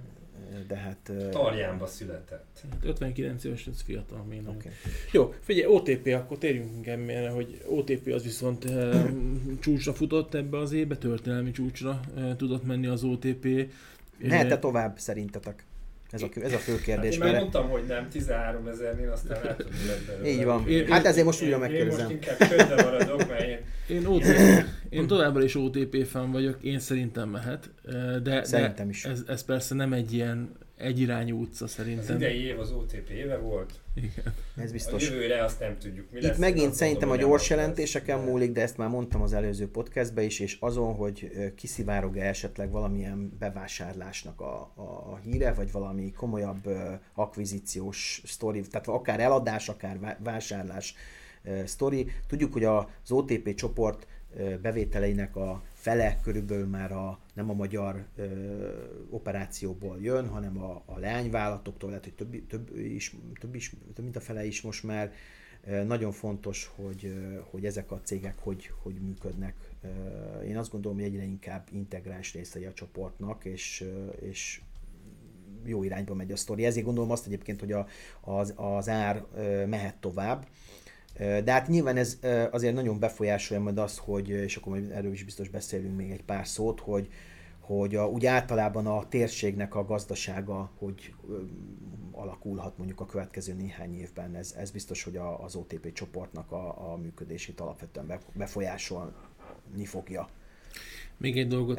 Speaker 2: de hát...
Speaker 3: Tarjánba született.
Speaker 1: Hát 59 éves, ez fiatal még nem.
Speaker 2: Okay.
Speaker 1: Jó, figyelj, OTP, akkor térjünk inkább erre, hogy OTP az viszont csúcsra futott ebbe az évbe, történelmi csúcsra tudott menni az OTP.
Speaker 2: Mehet-e tovább szerintetek? Ez a fő kérdés.
Speaker 3: Hát én már mondtam, hogy nem 13 000-nél, aztán lehet, hogy lett belőle.
Speaker 2: Így van. Hát ezért most újra megkérdezem.
Speaker 3: Én most inkább csődbe maradok, mert
Speaker 1: én továbbra is OTP fan vagyok, én szerintem mehet, de
Speaker 2: szerintem is.
Speaker 1: Ez persze nem egy ilyen egyirányú utca szerintem.
Speaker 3: Az idei év az OTP éve volt.
Speaker 1: Igen.
Speaker 2: Ez biztos.
Speaker 3: A jövőre azt nem tudjuk, mi lesz.
Speaker 2: Itt megint szerintem a gyors jelentéseken múlik, de ezt már mondtam az előző podcastben is, és azon, hogy kiszivárog-e esetleg valamilyen bevásárlásnak a híre, vagy valami komolyabb akvizíciós sztori, tehát akár eladás, akár vásárlás sztori. Tudjuk, hogy az OTP csoport bevételeinek a fele körülbelül már nem a magyar operációból jön, hanem a leányvállalatoktól, lehet, hogy több mint a fele is most már. Nagyon fontos, hogy ezek a cégek hogy működnek. Én azt gondolom, hogy egyre inkább integráns részei a csoportnak, és jó irányba megy a sztori. Ezért gondolom azt egyébként, hogy az ár mehet tovább. De hát nyilván ez azért nagyon befolyásolja majd azt, hogy, és akkor majd erről is biztos beszélünk még egy pár szót, hogy úgy általában a térségnek a gazdasága, hogy alakulhat mondjuk a következő néhány évben. Ez biztos, hogy az OTP csoportnak a működését alapvetően befolyásolni fogja.
Speaker 1: Még egy dolgot.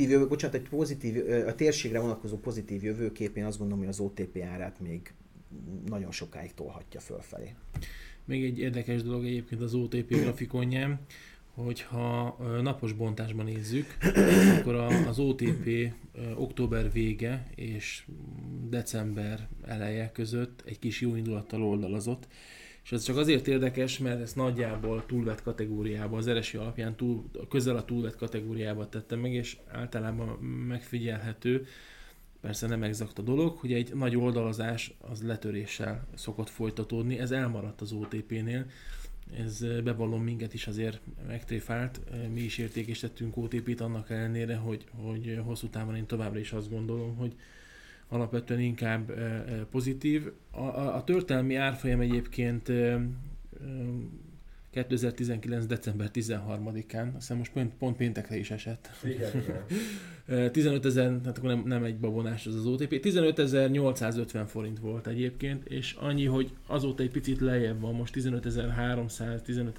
Speaker 2: A térségre vonatkozó pozitív jövőkép, én azt gondolom, hogy az OTP árát még nagyon sokáig tolhatja fölfelé.
Speaker 1: Még egy érdekes dolog egyébként az OTP grafikonján, hogyha napos bontásban nézzük, akkor az OTP október vége és december eleje között egy kis jó indulattal oldalazott. És ez csak azért érdekes, mert ezt nagyjából túlvett kategóriába, az RSI alapján közel a túlvett kategóriába tettem meg, és általában megfigyelhető, persze nem exakt a dolog, hogy egy nagy oldalazás az letöréssel szokott folytatódni, ez elmaradt az OTP-nél, ez bevallom minket is azért megtréfált, mi is értékesítettünk OTP-t annak ellenére, hogy hosszú távon én továbbra is azt gondolom, hogy alapvetően inkább pozitív. A történelmi árfolyam egyébként 2019. december 13-án, aztán most pont péntekre is esett.
Speaker 3: Igen.
Speaker 1: 15 000, hát akkor nem egy babonás az OTP. 15.850 forint volt egyébként, és annyi, hogy azóta egy picit lejjebb van, most 15.300,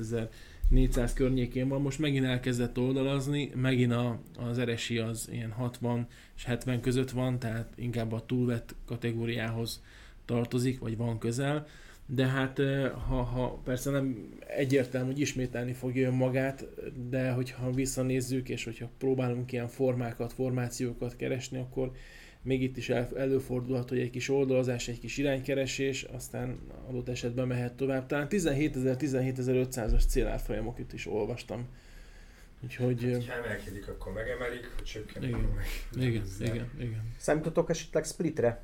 Speaker 1: 15.400 környékén van, most megint elkezdett oldalazni, megint az RSI az ilyen 60 és 70 között van, tehát inkább a túlvett kategóriához tartozik, vagy van közel. De hát ha persze nem egyértelmű, hogy ismételni fogja önmagát, de hogyha visszanézzük, és hogyha próbálunk ilyen formációkat keresni, akkor még itt is előfordulhat, hogy egy kis oldalazás, egy kis iránykeresés, aztán adott esetben mehet tovább. Talán 17.000-17.500-as célárfolyamok itt is olvastam. Úgyhogy...
Speaker 3: Ha emelkedik, akkor megemelik, ha csökkenik,
Speaker 1: akkor meg... Igen.
Speaker 2: Számítotok esetleg splitre?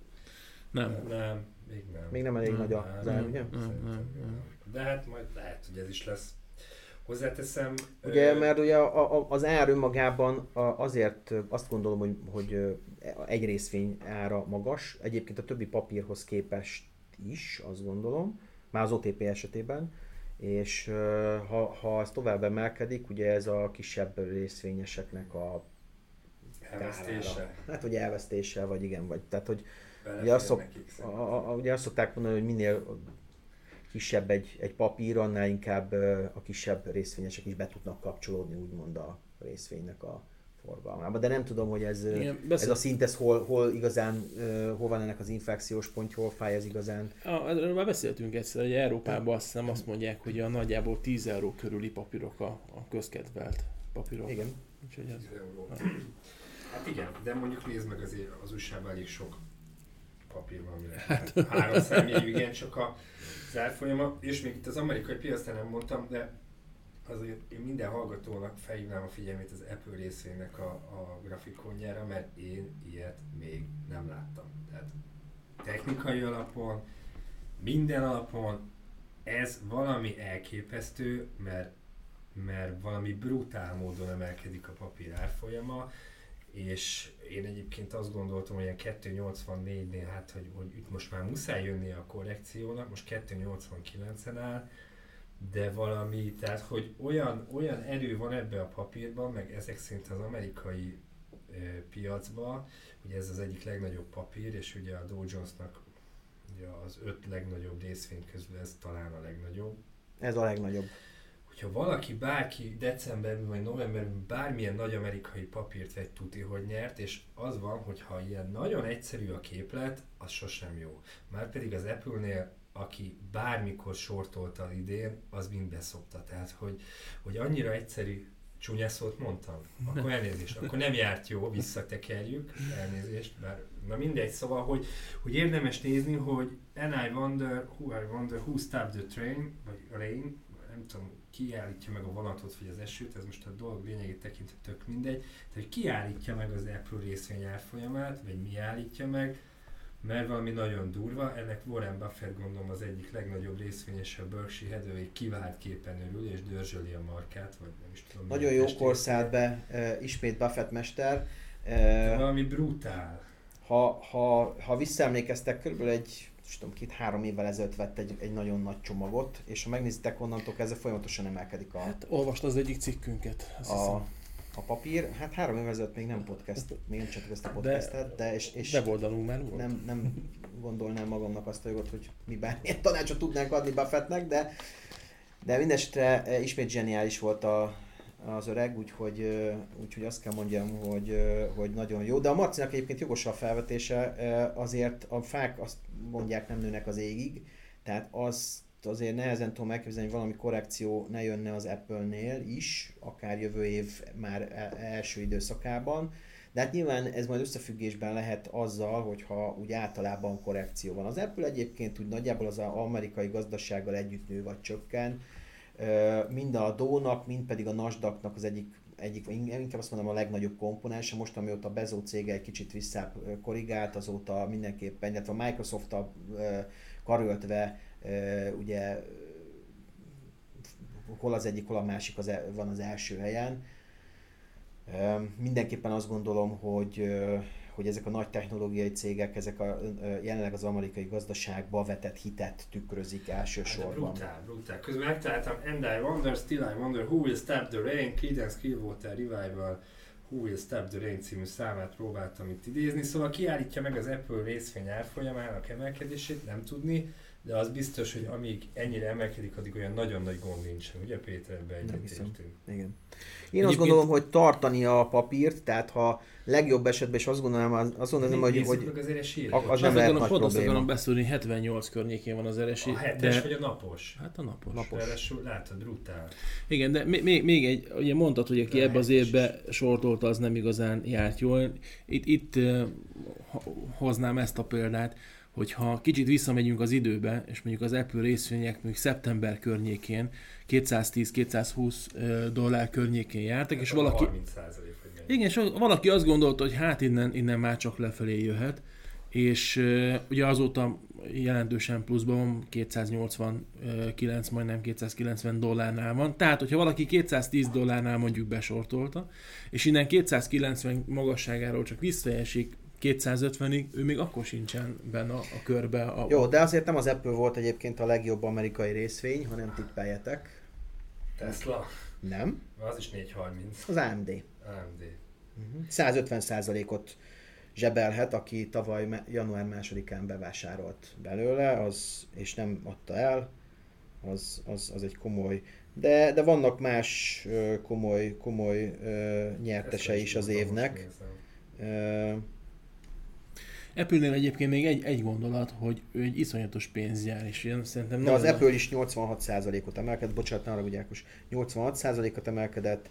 Speaker 1: Nem.
Speaker 2: Még nem elég nagy az ár, ugye?
Speaker 1: Nem.
Speaker 3: De hát majd lehet, hogy ez is lesz. Hozzáteszem...
Speaker 2: Ugye, mert ugye az ár önmagában azért azt gondolom, hogy egy részvény ára magas, egyébként a többi papírhoz képest is, azt gondolom, már az OTP esetében, és ha ez tovább emelkedik, ugye ez a kisebb részvényeseknek a
Speaker 3: elvesztése.
Speaker 2: Hát, vagy elvesztése, vagy igen, vagy tehát, hogy ugye azt szokták mondani, hogy minél kisebb egy papír, annál inkább a kisebb részvényesek is be tudnak kapcsolódni, úgymond a részvénynek a forgalmába. De nem tudom, hogy ez a szint, ez hol igazán, hol van ennek az inflexiós pontja, hol fáj ez igazán.
Speaker 1: Erről már beszéltünk egyszer, hogy Európában azt hiszem azt mondják, hogy a nagyjából 10 euró körüli papírok a közkedvelt papírok.
Speaker 2: Igen.
Speaker 1: Úgyhogy ez...
Speaker 3: 10 euró. Hát igen, de mondjuk nézd meg azért az USA-ban elég sok papír van, amire hát 3 számjegyű, igen, csak a zárfolyama, és még itt az amerikai piacán nem mondtam, de azért én minden hallgatónak felhívnám a figyelmét az Apple részének a grafikonjára, mert én ilyet még nem láttam. Tehát technikai alapon, minden alapon ez valami elképesztő, mert valami brutál módon emelkedik a papír árfolyama, és én egyébként azt gondoltam, hogy ilyen 284-nél, hát hogy itt most már muszáj jönni a korrekciónak, most 289-en áll, de valami, tehát hogy olyan erő van ebbe a papírban, meg ezek szerint az amerikai piacban, ugye ez az egyik legnagyobb papír, és ugye a Dow Jonesnak ugye az 5 legnagyobb részvény közül ez talán a legnagyobb.
Speaker 2: Ez a legnagyobb.
Speaker 3: Hogyha bárki decemberben vagy novemberben bármilyen nagy amerikai papírt vett, tuti, hogy nyert, és az van, hogyha ilyen nagyon egyszerű a képlet, az sosem jó. Márpedig az Apple-nél, aki bármikor sortolta idén, az mind beszopta. Tehát, hogy annyira egyszerű, csúnya szót mondtam, akkor elnézést, akkor nem járt jó, visszatekerjük, elnézést, bár na mindegy, szóval, hogy érdemes nézni, hogy I wonder who stopped the train, vagy rain, nem tudom, ki állítja meg a vonatot, vagy az esőt, ez most a dolog lényegét tekintve tök mindegy, tehát hogy ki állítja meg az Apple részvény árfolyamát, vagy mi állítja meg, mert valami nagyon durva, ennek Warren Buffett gondolom az egyik legnagyobb részvényes, a Berkshire Hathaway kiváltképpen örül és dörzsöli a markát, vagy nem is tudom.
Speaker 2: Nagyon jókor szállt be ismét Buffett mester.
Speaker 3: Valami brutál.
Speaker 2: Ha visszaemlékeztek, körülbelül egy 2-3 évvel ezelőtt vett egy nagyon nagy csomagot, és ha megnézitek onnantól kezdve folyamatosan emelkedik
Speaker 1: Hát olvast az egyik cikkünket.
Speaker 2: A papír. Hát 3 évvel ezelőtt még nem podcast, még nem csináltuk ezt a podcastet, de
Speaker 1: weboldalunk már volt.
Speaker 2: Nem gondolnám magamnak azt a jogot, hogy mi bármilyen tanácsot tudnánk adni Buffettnek, de mindesetre ismét zseniális volt az öreg, úgyhogy azt kell mondjam, hogy nagyon jó. De a Marcinak egyébként jogos a felvetése, azért a fák azt mondják nem nőnek az égig, tehát azt azért nehezen tudom elképzelni, hogy valami korrekció ne jönne az Apple-nél is, akár jövő év már első időszakában. De hát nyilván ez majd összefüggésben lehet azzal, hogyha úgy általában korrekció van. Az Apple egyébként úgy nagyjából az amerikai gazdasággal együtt nő vagy csökken. Mind a Dow-nak, mind pedig a Nasdaqnak az egyik, inkább azt mondom a legnagyobb komponense. Most amióta a Bezos cége egy kicsit visszakorrigált, azóta mindenképpen, illetve a Microsoft-tal karöltve ugye hol az egyik, hol a másik van az első helyen. Mindenképpen azt gondolom, hogy ezek a nagy technológiai cégek, ezek jelenleg az amerikai gazdaságba vetett hitet tükrözik elsősorban.
Speaker 3: Brutál. Közben megtaláltam And I wonder, still I wonder, who will stop the rain, Creedence Clearwater Revival, Who Will Stop the Rain című számát próbáltam itt idézni, szóval kiállítja meg az Apple részvény árfolyamának emelkedését, nem tudni, de az biztos, hogy amíg ennyire emelkedik, addig olyan nagyon nagy gond nincsen, ugye Péter, ebben egyetértünk.
Speaker 2: Igen. Én azt gondolom, hogy tartani a papírt, tehát ha legjobb esetben, és azt gondolom, hogy az nem lehet nagy
Speaker 1: probléma.
Speaker 2: probléma.
Speaker 1: Akarom beszélni, 78 környékén van az RSI.
Speaker 3: A 7-es vagy a napos?
Speaker 1: Hát a napos.
Speaker 3: Ráadásul látod, brutál.
Speaker 1: Igen, de még egy, ugye mondtad, hogy aki ebbe az évbe sortolta, az nem igazán járt jól. Itt hoznám ezt a példát, hogyha kicsit visszamegyünk az időbe, és mondjuk az Apple részvények mondjuk szeptember környékén $210-220 környékén jártak, és valaki...
Speaker 3: 30%,
Speaker 1: igen, és valaki azt gondolta, hogy hát innen már csak lefelé jöhet, és ugye azóta jelentősen pluszban van, 289, majdnem $290 van. Tehát, hogyha valaki $210 mondjuk besortolta, és innen 290 magasságáról csak visszaesik 250-ig, ő még akkor sincsen benne a körbe.
Speaker 2: Jó, de azért nem az Apple volt egyébként a legjobb amerikai részvény, ha nem tippeljetek.
Speaker 3: Tesla?
Speaker 2: Nem.
Speaker 3: Az is 430.
Speaker 2: Az AMD. 150%-ot zsebelhet, aki tavaly január 2-án bevásárolt belőle, és nem adta el, az egy komoly. De vannak más komoly nyertese is az évnek.
Speaker 1: Apple-nél egyébként még egy gondolat, hogy ő egy iszonyatos pénzgyár, és én szerintem...
Speaker 2: De az Apple is 86%-ot emelkedett, bocsánat, ne haragudj Ákos, 86%-ot emelkedett,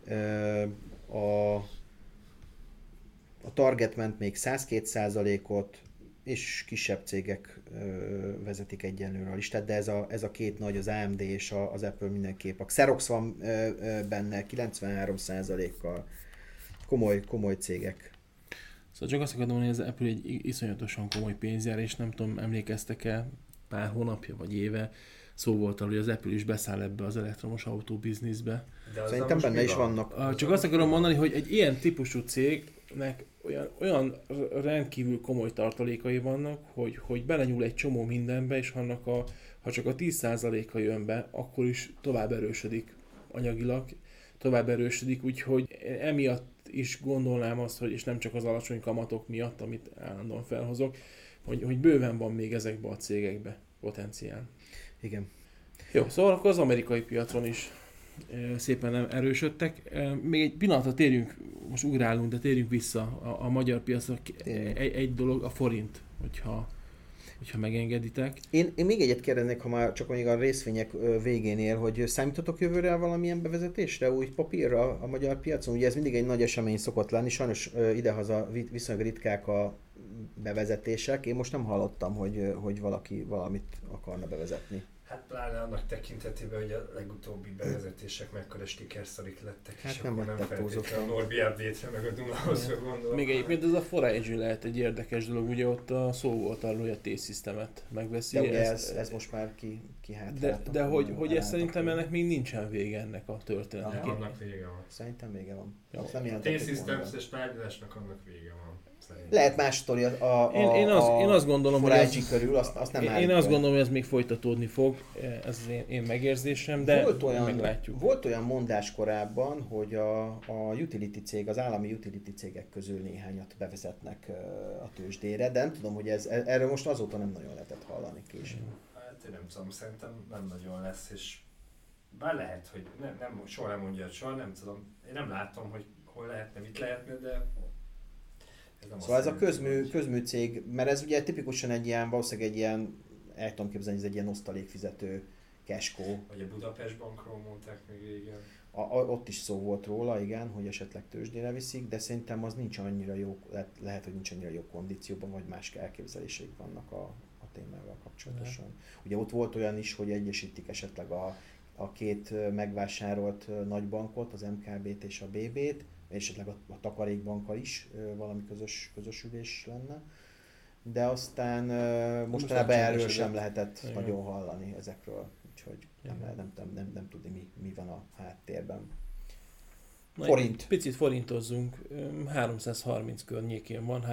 Speaker 2: a Target ment még 102%-ot, és kisebb cégek vezetik egyenlőre a listát, de ez a két nagy, az AMD és az Apple mindenképp. A Xerox van benne 93%-kal, komoly cégek.
Speaker 1: Szóval csak azt akarom mondani, hogy az Apple egy iszonyatosan komoly pénzjár, és nem tudom, emlékeztek-e pár hónapja vagy éve, szó volt arról, hogy az Apple is beszáll ebbe az elektromos autó bizniszbe.
Speaker 2: Szerintem benne is vannak.
Speaker 1: Csak azt akarom mondani, hogy egy ilyen típusú cég, nek olyan rendkívül komoly tartalékai vannak, hogy belenyúl egy csomó mindenbe, és ha csak a 10%-a jön be, akkor is tovább erősödik anyagilag, tovább erősödik, úgyhogy emiatt is gondolnám azt, hogy és nem csak az alacsony kamatok miatt, amit állandóan felhozok, hogy bőven van még ezekbe a cégekbe potenciál.
Speaker 2: Igen.
Speaker 1: Jó, szóval akkor az amerikai piacon is szépen erősödtek. Még egy pillanatra térjünk, most ugrálunk, de térjünk vissza a magyar piacra. Egy dolog, a forint, hogyha megengeditek.
Speaker 2: Én még egyet kérdeznék, ha már csak még a részvények végén ér, hogy számítotok jövőre valamilyen bevezetésre, új papírra a magyar piacon? Ugye ez mindig egy nagy esemény szokott lenni, sajnos idehaza viszonylag ritkák a bevezetések. Én most nem hallottam, hogy valaki valamit akarna bevezetni.
Speaker 3: Hát pláne annak tekintetében, hogy a legutóbbi bevezetések mekkora stikerszalik lettek,
Speaker 2: hát
Speaker 3: és
Speaker 2: nem
Speaker 3: akkor nem
Speaker 2: lettek
Speaker 3: feltétlenül a Norbi update-re, meg a Dunahozzra gondolom.
Speaker 1: Még egyébként ez a Forage lehet egy érdekes dolog, ugye ott szó volt arról, hogy a T-Systemet megveszi.
Speaker 2: De ugye ez most már kihátrált.
Speaker 1: De hogy ez szerintem ennek még nincsen vége ennek a történetnek.
Speaker 3: Annak vége van.
Speaker 2: Szerintem vége van.
Speaker 3: A T-Systems-es tárgyalásnak annak vége van.
Speaker 2: Lehet más sztori
Speaker 1: én azt gondolom, hogy
Speaker 2: ez, körül, azt nem
Speaker 1: én azt gondolom, hogy ez még folytatódni fog, ez az én megérzésem, de meglátjuk.
Speaker 2: Volt olyan mondás korábban, hogy a utility cég, az állami utility cégek közül néhányat bevezetnek a tőzsdére, de nem tudom, hogy erről most azóta nem nagyon lehetett hallani később.
Speaker 3: Hát én nem tudom, szerintem nem nagyon lesz, és bár lehet, hogy soha nem mondja, soha nem tudom. Én nem látom, hogy hol lehetne, mit lehetne, de
Speaker 2: szóval ez a közmű cég, mert ez ugye tipikusan egy ilyen, valószínűleg egy ilyen, el tudom képzelni, ez egy ilyen osztalékfizető cashco.
Speaker 3: Vagy a Budapest Bankról mondták még régen.
Speaker 2: Ott is szó volt róla, igen, hogy esetleg tőzsdére viszik, de szerintem az nincs annyira jó, lehet, hogy nincs annyira jó kondícióban, vagy más elképzeléseik vannak a témával kapcsolatosan. Ugye ott volt olyan is, hogy egyesítik esetleg a két megvásárolt nagybankot, az MKB-t és a BB-t, esetleg a takarékbankkal is valami közösülés lenne, de aztán mostanában erről sem lehetett nagyon hallani ezekről, úgyhogy nem tudni mi van a háttérben. Forint.
Speaker 1: Picit forintozzunk, 330 környékén van,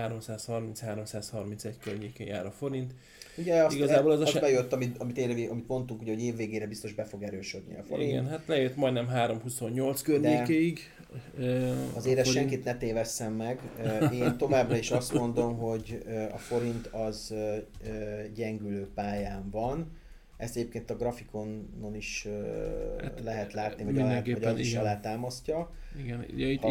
Speaker 1: 330-331 környékén jár a forint.
Speaker 2: Ugye igazából az bejött, amit mondtunk, ugye, hogy évvégére biztos be fog erősödni a forint.
Speaker 1: Igen, hát lejött majdnem 328 környékéig.
Speaker 2: Azért ezt senkit ne tévesszem meg. Én továbbra is azt mondom, hogy a forint az gyengülő pályán van. Ezt egyébként a grafikonon is lehet látni, vagy az is alátámasztja.
Speaker 1: Igen,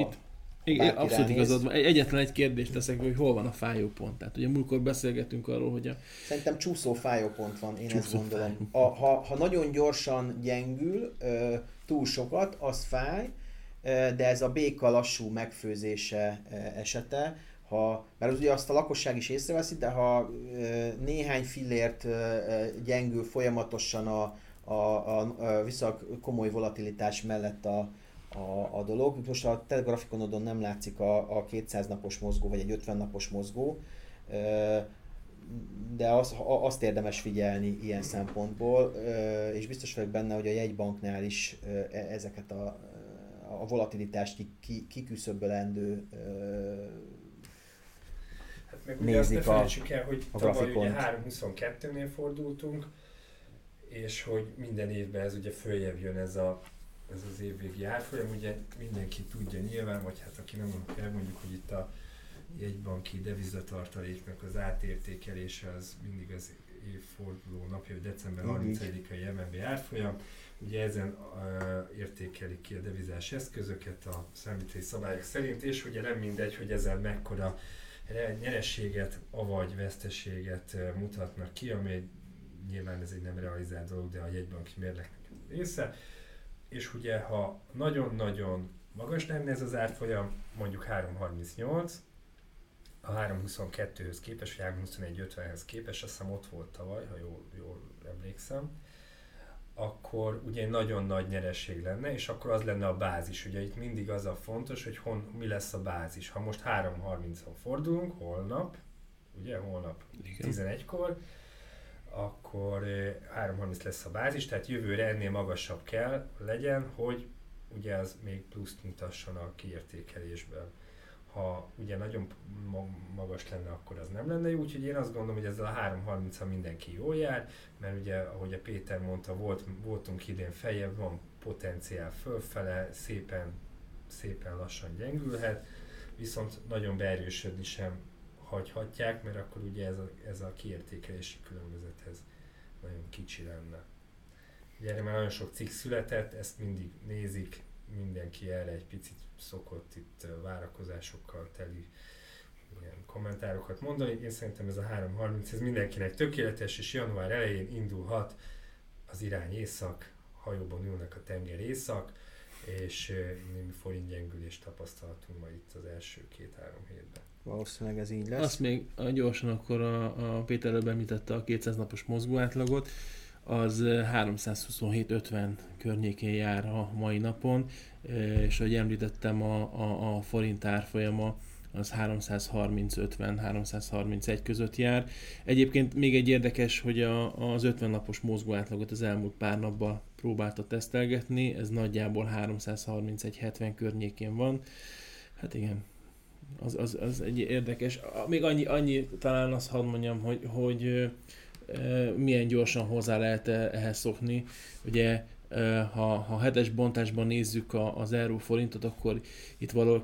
Speaker 1: itt abszolút igazad van. Egyetlen egy kérdést teszek, hogy hol van a fájópont. Tehát ugye múltkor beszélgetünk arról, hogy
Speaker 2: Szerintem csúszó fájópont van, én ezt gondolom. Ha nagyon gyorsan gyengül, túl sokat, az fáj, de ez a béka lassú megfőzése esete, mert ugye azt a lakosság is észreveszi, de ha néhány fillért gyengül folyamatosan a viszonylag komoly volatilitás mellett a dolog. Most a grafikonodon nem látszik a 200 napos mozgó, vagy egy 50 napos mozgó, de azt érdemes figyelni ilyen szempontból, és biztos vagyok benne, hogy a jegybanknál is ezeket a volatilitást kiküszöbölendő
Speaker 3: meg ugye azt ne felejtsük el, hogy tavaly ugye 3.22-nél fordultunk, és hogy minden évben ez ugye följebb jön ez az évvégi árfolyam, ugye mindenki tudja nyilván, vagy hát aki nem elmondjuk, hogy itt a jegybanki devizatartaléknak az átértékelése az mindig az évforduló napja, hogy december 31-ai MNB árfolyam, ugye ezen értékelik ki a devizás eszközöket a számítási szabályok szerint, és ugye nem mindegy, hogy ezzel mekkora nyerességet, avagy veszteséget mutatnak ki, ami nyilván ez egy nem realizált dolog, de a jegybanki mérlegnek része. És ugye, ha nagyon-nagyon magas lenne ez az árfolyam, mondjuk 3.38, a 3.22-höz képest, vagy 3.21.50-hez képest, azt hiszem ott volt tavaly, ha jól emlékszem, akkor ugye egy nagyon nagy nyeresség lenne, és akkor az lenne a bázis. Ugye itt mindig az a fontos, hogy mi lesz a bázis. Ha most 3.30-on fordulunk, holnap, ugye holnap 11-kor, akkor 3.30 lesz a bázis, tehát jövőre ennél magasabb kell legyen, hogy ugye az még pluszt mutasson a kiértékelésben. Ha ugye nagyon magas lenne, akkor az nem lenne jó, úgyhogy én azt gondolom, hogy ezzel a 3.30-al mindenki jól jár, mert ugye, ahogy a Péter mondta, voltunk idén feljebb, van potenciál fölfele, szépen lassan gyengülhet, viszont nagyon beerősödni sem hagyhatják, mert akkor ugye ez a kiértékelési különbözethez nagyon kicsi lenne. Ugye erre már nagyon sok cikk született, ezt mindig nézik, mindenki erre egy picit szokott itt várakozásokkal teli ilyen kommentárokat mondani. Én szerintem ez a 3.30, ez mindenkinek tökéletes, és január elején indulhat az irány észak, hajóban ülnek a tenger észak, és némi forintgyengülést tapasztalhatunk majd itt az első 2-3 hétben.
Speaker 2: Valószínűleg ez így lesz.
Speaker 1: Azt még gyorsan akkor a Péter előbb említette a 200 napos mozgóátlagot, az 327,50 környékén jár a mai napon, és ahogy említettem, a forint árfolyama az 330-50-331 között jár. Egyébként még egy érdekes, hogy az 50 napos mozgóátlagot az elmúlt pár napban próbálta tesztelgetni, ez nagyjából 331-70 környékén van. Hát igen, az egy érdekes. Még annyi talán azt hadd mondjam, hogy milyen gyorsan hozzá lehet ehhez szokni. Ugye, ha hetes bontásban nézzük az euró-forintot, akkor itt valahol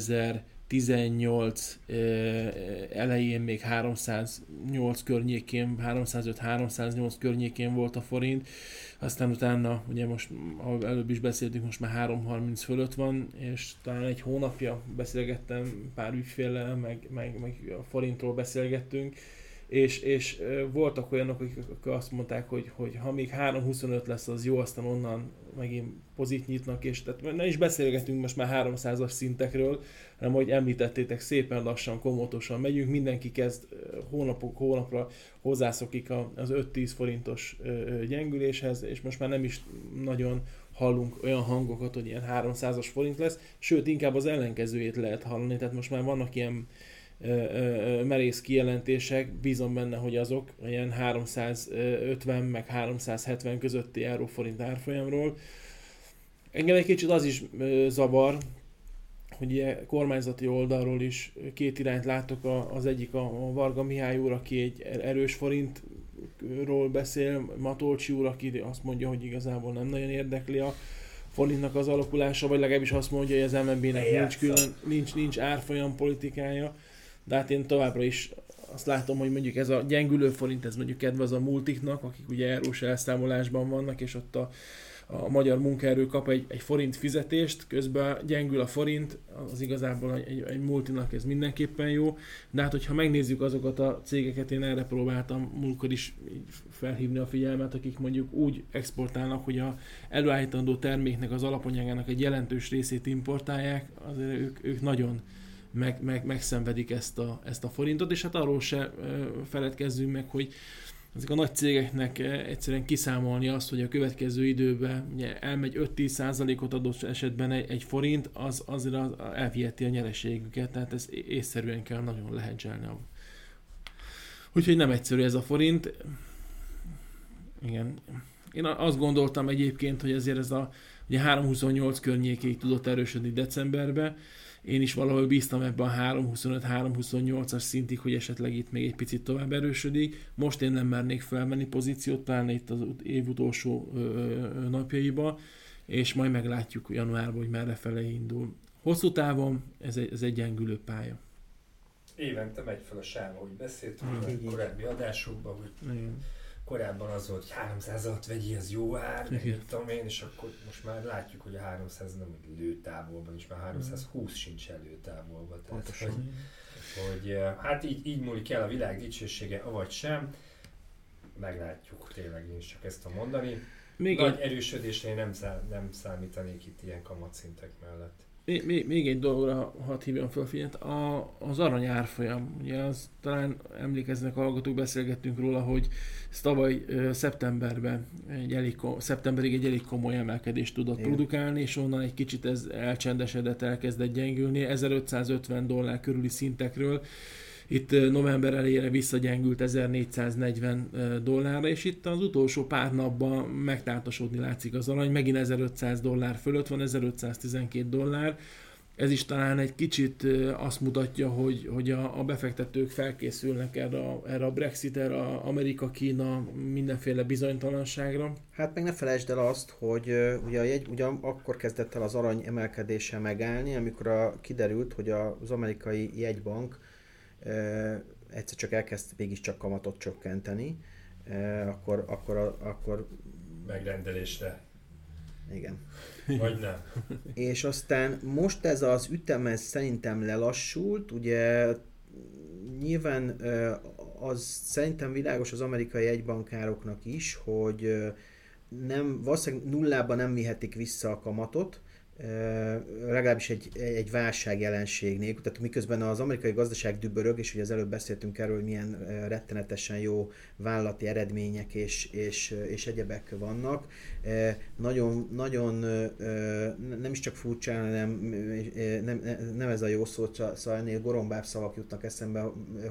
Speaker 1: 2018 elején még 308 környékén, 305-308 környékén volt a forint, aztán utána, ugye most, ahogy előbb is beszéltünk, most már 330 fölött van, és talán egy hónapja beszélgettem pár ügyféllel, meg a forintról beszélgettünk, és voltak olyanok, akik azt mondták, hogy ha még 3.25 lesz, az jó, aztán onnan megint pozit nyitnak, és tehát ne is beszélgetünk most már 300-as szintekről, hanem ahogy említettétek, szépen lassan, komótosan megyünk, mindenki kezd hónapra hozzászokik az 5-10 forintos gyengüléshez, és most már nem is nagyon hallunk olyan hangokat, hogy ilyen 300-as forint lesz, sőt, inkább az ellenkezőjét lehet hallani, tehát most már vannak ilyen merész kijelentések, bízom benne, hogy azok ilyen 350 meg 370 közötti euró-forint árfolyamról. Engem egy kicsit az is zavar, hogy ilyen kormányzati oldalról is két irányt látok, az egyik a Varga Mihály úr, aki egy erős forintról beszél, Matolcsi úr, aki azt mondja, hogy igazából nem nagyon érdekli a forintnak az alakulása, vagy legalábbis azt mondja, hogy az MNB-nek nincs árfolyam politikája. De hát én továbbra is azt látom, hogy mondjuk ez a gyengülő forint, ez mondjuk kedvez a multiknak, akik ugye eurós elszámolásban vannak, és ott a magyar munkaerő kap egy forint fizetést, közben gyengül a forint, az igazából egy multinak ez mindenképpen jó. De hát, hogyha megnézzük azokat a cégeket, én erre próbáltam múltkor is felhívni a figyelmet, akik mondjuk úgy exportálnak, hogy a előállítandó terméknek, az alapanyágának egy jelentős részét importálják, azért ők nagyon megszenvedik ezt a forintot, és hát arról se feledkezzünk meg, hogy ezek a nagy cégeknek egyszerűen kiszámolni azt, hogy a következő időben ugye elmegy 5-10%-ot adott esetben egy forint, az azért elviheti a nyereségüket, tehát ezt észszerűen kell nagyon lehedzselni. Úgyhogy nem egyszerű ez a forint. Igen. Én azt gondoltam egyébként, hogy ezért ez ugye 3.28 környékéig tudott erősödni decemberben. Én is valahol bíztam ebben a 3.25-3.28-as szintig, hogy esetleg itt még egy picit tovább erősödik. Most én nem mernék felvenni pozíciót, pláne itt az év utolsó napjaiba, és majd meglátjuk januárban, hogy merre fele indul. Hosszú távon ez egy gyengülő pálya.
Speaker 3: Évente megy fel a sáv, ahogy beszéltünk a korábbi adásokban, hogy korábban az volt, hogy 300-at vegyi, ez jó ár, mit tudom én, és akkor most már látjuk, hogy a 300 nem lőtávolban is, már 320 sincs előtávolban. Tehát, hogy hát így múlik el a világ dicsősége, avagy sem, meglátjuk, tényleg én is csak ezt tudom mondani. Nagy erősödésre én nem számítanék itt ilyen kamatszintek mellett.
Speaker 1: Még egy dologra hadd hívjam fel figyelmet, az arany árfolyam, ugye az talán emlékeznek a hallgatók, beszélgettünk róla, hogy tavaly szeptemberig egy elég komoly emelkedést tudott produkálni, és onnan egy kicsit ez elcsendesedett, elkezdett gyengülni, $1.550 körüli szintekről. Itt november elejére visszagyengült $1.440, és itt az utolsó pár napban megtáltosodni látszik az arany, megint $1.500 fölött van, $1.512. ez is talán egy kicsit azt mutatja, hogy a befektetők felkészülnek erre a Brexit, erre a Amerika-Kína mindenféle bizonytalanságra.
Speaker 2: Hát meg ne felejtsd el azt, hogy ugye akkor kezdett el az arany emelkedése megállni, amikor kiderült, hogy az amerikai jegybank egyszer csak elkezd mégiscsak kamatot csökkenteni, akkor
Speaker 3: megrendelésre.
Speaker 2: Igen.
Speaker 3: Vagy nem.
Speaker 2: És aztán most ez az ütem szerintem lelassult, ugye nyilván az szerintem világos az amerikai jegybankároknak is, hogy valószínűleg nullában nem vihetik vissza a kamatot, legalábbis egy válságjelenség nélkül. Tehát miközben az amerikai gazdaság dübörög, és ugye az előbb beszéltünk erről, hogy milyen rettenetesen jó vállalati eredmények és egyebek vannak. Nagyon nem is csak furcsán, hanem nem ez a jó szó, szóval ennél gorombább szavak jutnak eszembe,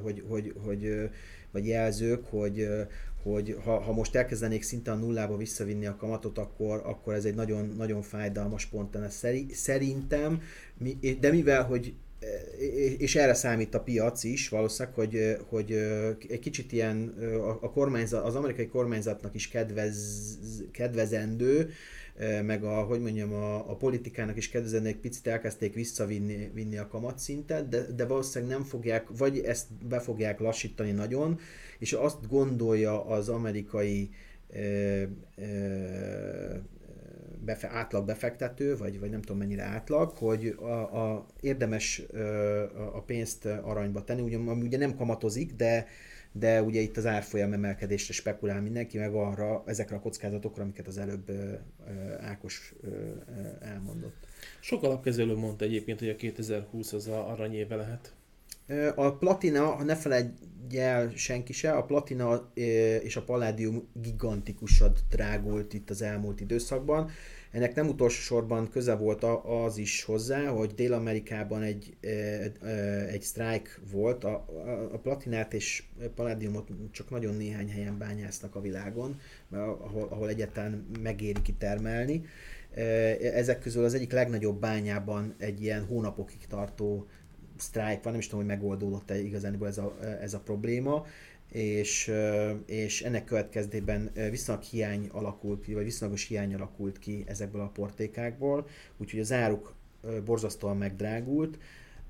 Speaker 2: vagy jelzők, hogy ha most elkezdenék szinte a nullába visszavinni a kamatot, akkor ez egy nagyon, nagyon fájdalmas pont lenne szerintem, de mivel, hogy és erre számít a piac is valószínűleg, hogy egy kicsit ilyen az amerikai kormányzatnak is kedvezendő, meg a politikának is kedvezendő, egy picit elkezdték visszavinni a kamatszintet, de valószínűleg nem fogják, vagy ezt be fogják lassítani nagyon, és azt gondolja az amerikai átlag befektető, vagy nem tudom mennyire átlag, hogy érdemes a pénzt aranyba tenni, ugye nem kamatozik, de ugye itt az árfolyam emelkedésre spekulál mindenki, meg ezekre a kockázatokra, amiket az előbb Ákos elmondott.
Speaker 1: Sok alapkezelő mondta egyébként, hogy a 2020 az aranyéve lehet.
Speaker 2: A platina, ha ne feledj el senki se, a platina és a paládium gigantikusat drágult itt az elmúlt időszakban. Ennek nem utolsó sorban köze volt az is hozzá, hogy Dél-Amerikában egy sztrájk volt. A platinát és paládiumot csak nagyon néhány helyen bányásznak a világon, ahol egyáltalán megéri kitermelni. Ezek közül az egyik legnagyobb bányában egy ilyen hónapokig tartó sztrájk van, nem is tudom, hogy megoldódott-e igazából ez a probléma, és ennek következtében viszonylagos hiány alakult ki ezekből a portékákból, úgyhogy az áruk borzasztóan megdrágult.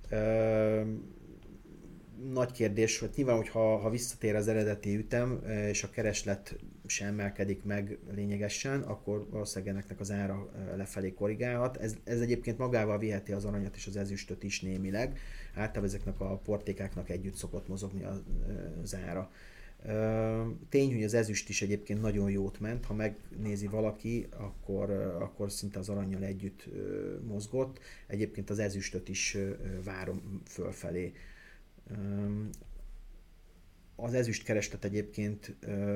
Speaker 2: Nagy kérdés, hogy nyilván, hogyha visszatér az eredeti ütem, és a kereslet sem emelkedik meg lényegesen, akkor valószínűleg ennek az ára lefelé korrigálhat. Ez egyébként magával viheti az aranyat és az ezüstöt is némileg. Általában ezeknek a portékáknak együtt szokott mozogni az ára. Tény, hogy az ezüst is egyébként nagyon jót ment, ha megnézi valaki, akkor szinte az arannyal együtt mozgott. Egyébként az ezüstöt is várom fölfelé. Az ezüst kereslet egyébként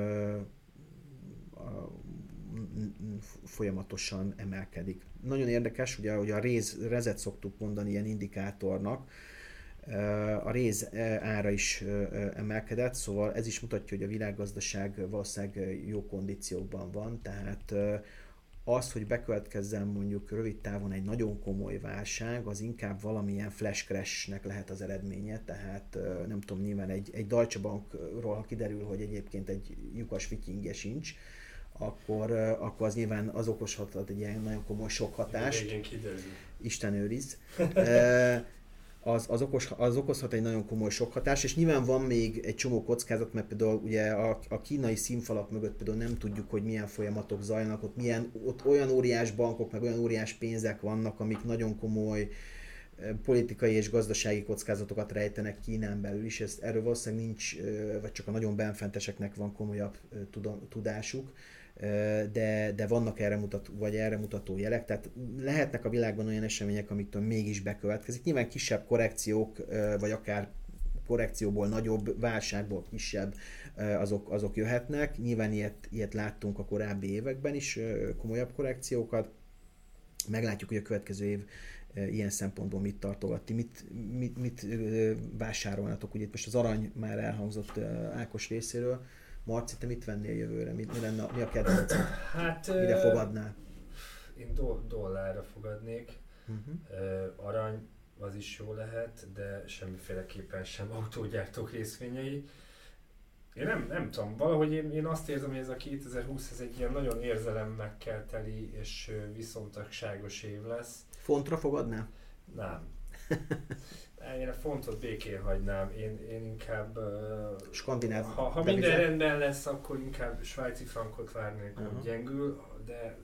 Speaker 2: folyamatosan emelkedik. Nagyon érdekes, ugye, hogy a rezet szoktuk mondani ilyen indikátornak, a réz ára is emelkedett, szóval ez is mutatja, hogy a világgazdaság valószínűleg jó kondíciókban van, tehát az, hogy bekövetkezzen mondjuk rövid távon egy nagyon komoly válság, az inkább valamilyen flash crashnek lehet az eredménye, tehát nem tudom, nyilván egy Deutsche Bankról, ha kiderül, hogy egyébként egy lyukas fityingje sincs, akkor az nyilván az okozhat egy ilyen nagyon komoly shockhatást. Isten őriz. Az okozhat egy nagyon komoly shockhatást, és nyilván van még egy csomó kockázat, mert például ugye a kínai színfalak mögött például nem tudjuk, hogy milyen folyamatok zajlanak, ott olyan óriás bankok, meg olyan óriás pénzek vannak, amik nagyon komoly politikai és gazdasági kockázatokat rejtenek Kínán belül is, erről valószínűleg nincs, vagy csak a nagyon benfenteseknek van komolyabb tudásuk, de vannak erre mutató jelek, tehát lehetnek a világban olyan események, amiktől mégis bekövetkezik. Nyilván kisebb korrekciók, vagy akár korrekcióból nagyobb, válságból kisebb, azok jöhetnek. Nyilván ilyet láttunk a korábbi években is, komolyabb korrekciókat. Meglátjuk, hogy a következő év ilyen szempontból mit tartogat. Mit vásárolnatok? Ugye itt most az arany már elhangzott Ákos részéről. Marci, te mit vennél jövőre? Mi a kedvenced?
Speaker 3: Hát,
Speaker 2: mire fogadnál?
Speaker 3: Én dollárra fogadnék. Arany az is jó lehet, de semmiféleképpen sem autógyártók részvényei. Én nem tudom, valahogy én azt érzem, hogy ez a 2020 ez egy ilyen nagyon érzelemmel teli és viszontagságos év lesz.
Speaker 2: Fontra fogadnál?
Speaker 3: Nem. Én a fontot békén hagynám, én inkább...
Speaker 2: Skandináv.
Speaker 3: Ha minden rendben lesz, akkor inkább svájci frankot várnék, hogy gyengül, de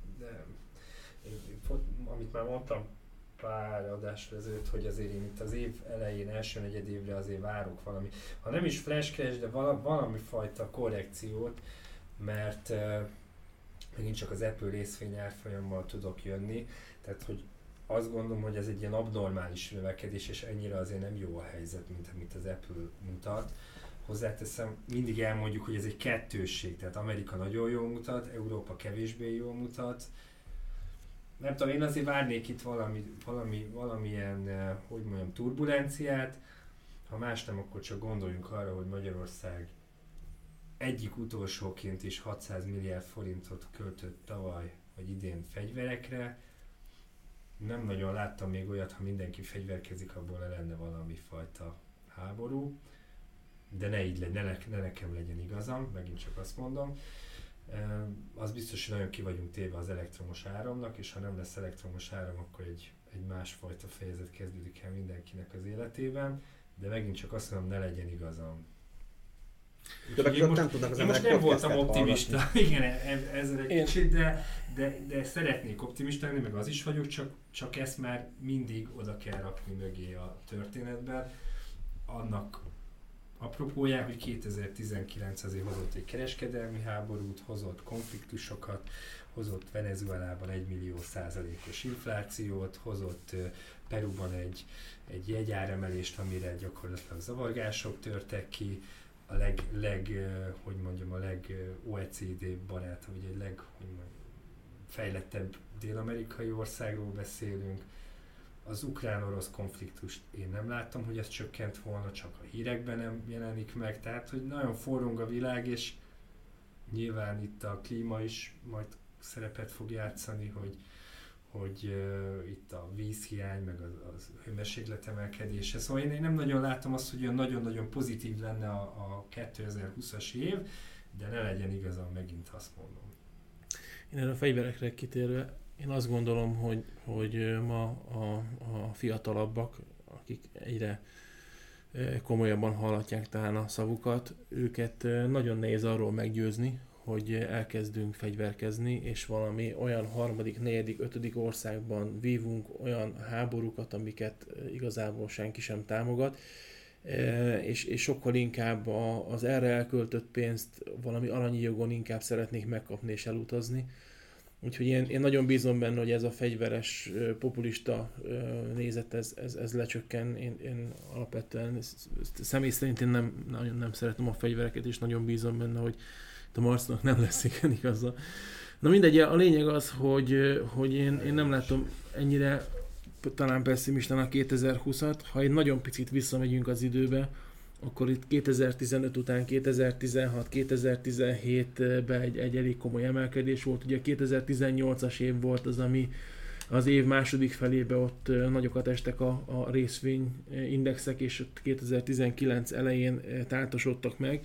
Speaker 3: amit már mondtam pár adásra ezelőtt, hogy azért én itt az év elején, első negyedévre azért várok valami, ha nem is flash crash, de valami fajta korrekciót, mert megint csak az Apple részvény árfolyammal tudok jönni, tehát hogy azt gondolom, hogy ez egy ilyen abnormális növekedés, és ennyire azért nem jó a helyzet, mint amit az Apple mutat. Hozzáteszem, mindig elmondjuk, hogy ez egy kettősség, tehát Amerika nagyon jól mutat, Európa kevésbé jól mutat. Nem tudom, én azért várnék itt valamilyen, hogy mondjam, turbulenciát. Ha más nem, akkor csak gondoljunk arra, hogy Magyarország egyik utolsóként is 600 milliárd forintot költött tavaly vagy idén fegyverekre. Nem nagyon láttam még olyat, ha mindenki fegyverkezik, abból le lenne valami fajta háború. De ne így legyen, ne nekem legyen igazam, megint csak azt mondom. Az biztos, hogy nagyon ki vagyunk téve az elektromos áramnak, és ha nem lesz elektromos áram, akkor egy másfajta fejezet kezdődik el mindenkinek az életében, de megint csak azt mondom, ne legyen igazam. Én most nem voltam optimista, igen, ezzel egy kicsit, de szeretnék optimista lenni, meg az is vagyok, csak ezt már mindig oda kell rakni mögé a történetben. Annak apropójá, hogy 2019 azért hozott egy kereskedelmi háborút, hozott konfliktusokat, hozott Venezuelában 1 millió % inflációt, hozott Peruban egy jegyáremelést, amire gyakorlatilag zavargások törtek ki, a leg OECD barát, vagy egy fejlettebb dél-amerikai országról beszélünk. Az ukrán-orosz konfliktust én nem láttam, hogy ez csökkent volna, csak a hírekben nem jelenik meg, tehát hogy nagyon forrong a világ, és nyilván itt a klíma is majd szerepet fog játszani, hogy itt a vízhiány, meg az hőmérséklet emelkedése. Szóval én nem nagyon látom azt, hogy olyan nagyon-nagyon pozitív lenne a 2020-as év, de ne legyen igazam, megint azt mondom.
Speaker 1: Én erre a fegyverekre kitérve, én azt gondolom, hogy ma a fiatalabbak, akik egyre komolyabban hallatják talán a szavukat, őket nagyon nehéz arról meggyőzni, hogy elkezdünk fegyverkezni, és valami olyan harmadik, negyedik, ötödik országban vívunk olyan háborúkat, amiket igazából senki sem támogat, és sokkal inkább az erre elköltött pénzt valami aranyi jogon inkább szeretnék megkapni és elutazni. Úgyhogy én nagyon bízom benne, hogy ez a fegyveres, populista nézet, ez lecsökken. Én alapvetően személy szerint én nem szeretem a fegyvereket, és nagyon bízom benne, hogy a Marcnak nem lesz igen igaza. Na mindegy, a lényeg az, hogy én nem látom ennyire talán pessimistán a 2020-at. Ha egy nagyon picit visszamegyünk az időbe, akkor itt 2015 után 2016, 2017-ben egy elég komoly emelkedés volt. Ugye a 2018-as év volt az, ami az év második felébe ott nagyokat estek a részvényindexek, és ott 2019 elején táltosodtak meg.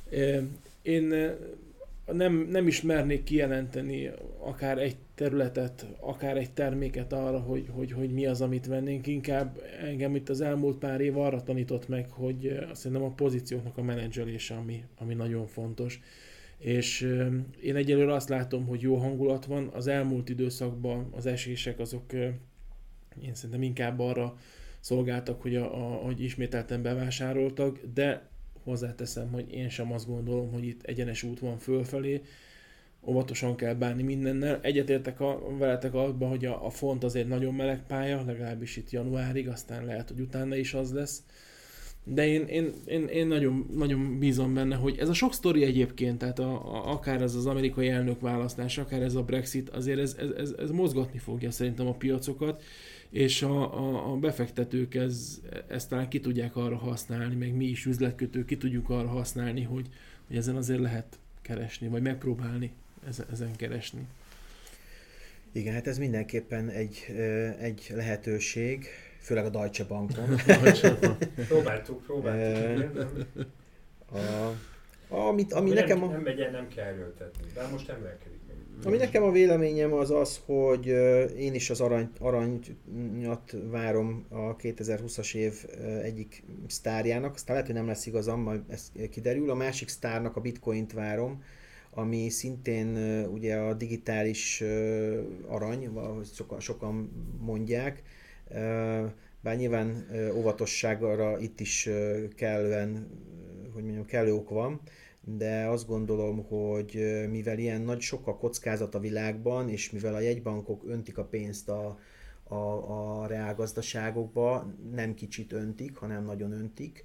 Speaker 1: Én nem is mernék kijelenteni akár egy területet, akár egy terméket arra, hogy mi az, amit vennénk. Inkább engem itt az elmúlt pár év arra tanított meg, hogy szerintem a pozícióknak a menedzselése, ami nagyon fontos. És én egyelőre azt látom, hogy jó hangulat van. Az elmúlt időszakban az esések azok én szerintem inkább arra szolgáltak, hogy ismételten bevásároltak, de hozzáteszem, hogy én sem azt gondolom, hogy itt egyenes út van fölfelé, óvatosan kell bánni mindennel. Egyetértek veletek abban, hogy a font azért nagyon meleg pálya, legalábbis itt januárig, aztán lehet, hogy utána is az lesz. De én nagyon, nagyon bízom benne, hogy ez a sok sztori egyébként, tehát akár ez az amerikai elnökválasztás, akár ez a Brexit, azért ez mozgatni fogja szerintem a piacokat, és a befektetők ezt talán ki tudják arra használni, meg mi is üzletkötők ki tudjuk arra használni, hogy ezen azért lehet keresni, vagy megpróbálni ezen keresni.
Speaker 2: Igen, hát ez mindenképpen egy lehetőség, főleg a Deutsche Bankon.
Speaker 3: Próbáltuk.
Speaker 2: Ami nekem
Speaker 3: nem kell erőltetni, de most emelkedik meg.
Speaker 2: Ami nekem a véleményem az, hogy én is az aranyat várom a 2020-as év egyik sztárjának, aztán lehet, hogy nem lesz igazam, majd ez kiderül. A másik sztárnak a bitcoint várom, ami szintén ugye a digitális arany, ahogy sokan mondják, bár nyilván óvatosságra itt is kellő ok van, de azt gondolom, hogy mivel ilyen nagy sok a kockázat a világban, és mivel a jegybankok öntik a pénzt a reálgazdaságokba, nem kicsit öntik, hanem nagyon öntik,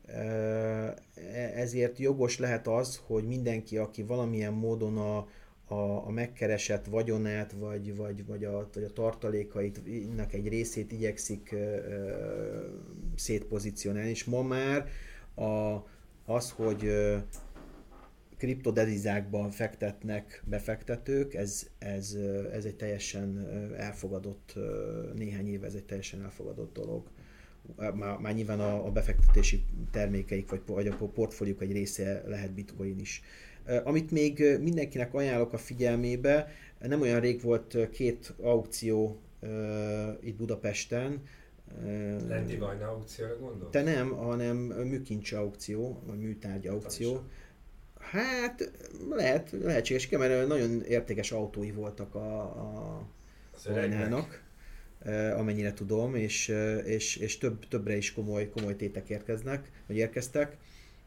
Speaker 2: ezért jogos lehet az, hogy mindenki, aki valamilyen módon a megkeresett vagyonát, vagy a tartalékaitnak egy részét igyekszik szétpozícionálni, és ma már az, hogy kriptodevizákban fektetnek befektetők, ez egy teljesen elfogadott, néhány éve ez egy teljesen elfogadott dolog. Már nyilván a befektetési termékeik vagy a portfóliók egy része lehet bitcoin is. Amit még mindenkinek ajánlok a figyelmébe, nem olyan rég volt 2 aukció itt Budapesten.
Speaker 3: Lendi Vajna aukcióra gondolsz?
Speaker 2: Te nem, hanem műkincs aukció, vagy műtárgy aukció. Hát lehetséges, igen, mert nagyon értékes autói voltak a Vajnának, amennyire tudom, és többre is komoly tétek érkeztek.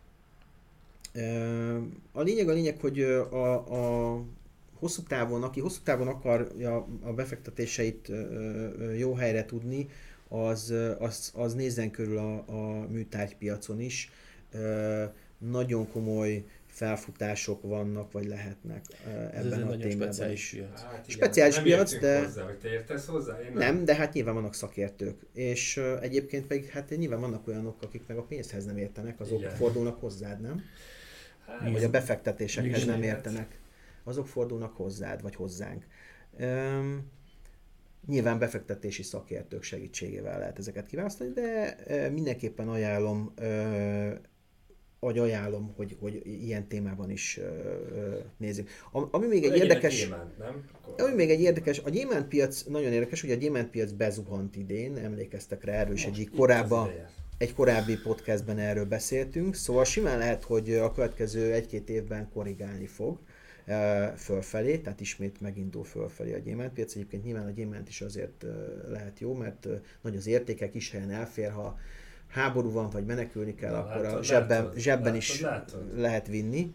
Speaker 2: A lényeg, hogy a hosszú távon, aki hosszú távon akarja a befektetéseit jó helyre tudni, az nézzen körül a műtárgypiacon is. Nagyon komoly felfutások vannak, vagy lehetnek ebben a témában is. Speciális piac, de...
Speaker 3: Hozzá, hogy te értesz hozzá?
Speaker 2: Nem, de hát nyilván vannak szakértők. És egyébként pedig hát nyilván vannak olyanok, akik meg a pénzhez nem értenek, azok fordulnak hozzád, nem? Vagy a befektetésekhez nem értenek. Azok fordulnak hozzád, vagy hozzánk. Nyilván befektetési szakértők segítségével lehet ezeket kiválasztani, de mindenképpen ajánlom, hogy ilyen témában is nézzük. Ami még egy érdekes... Ami még egy érdekes, a gyémántpiac nagyon érdekes, hogy a gyémántpiac bezuhant idén, emlékeztek rá erről, és egy korábbi podcastben erről beszéltünk, szóval simán lehet, hogy a következő 1-2 évben korrigálni fog fölfelé, tehát ismét megindul fölfelé a gyémántpiac. Egyébként nyilván a gyémánt is azért lehet jó, mert nagy az értéke, kis helyen elfér, ha háború van, vagy menekülni kell, akkor a zsebben is lehet vinni.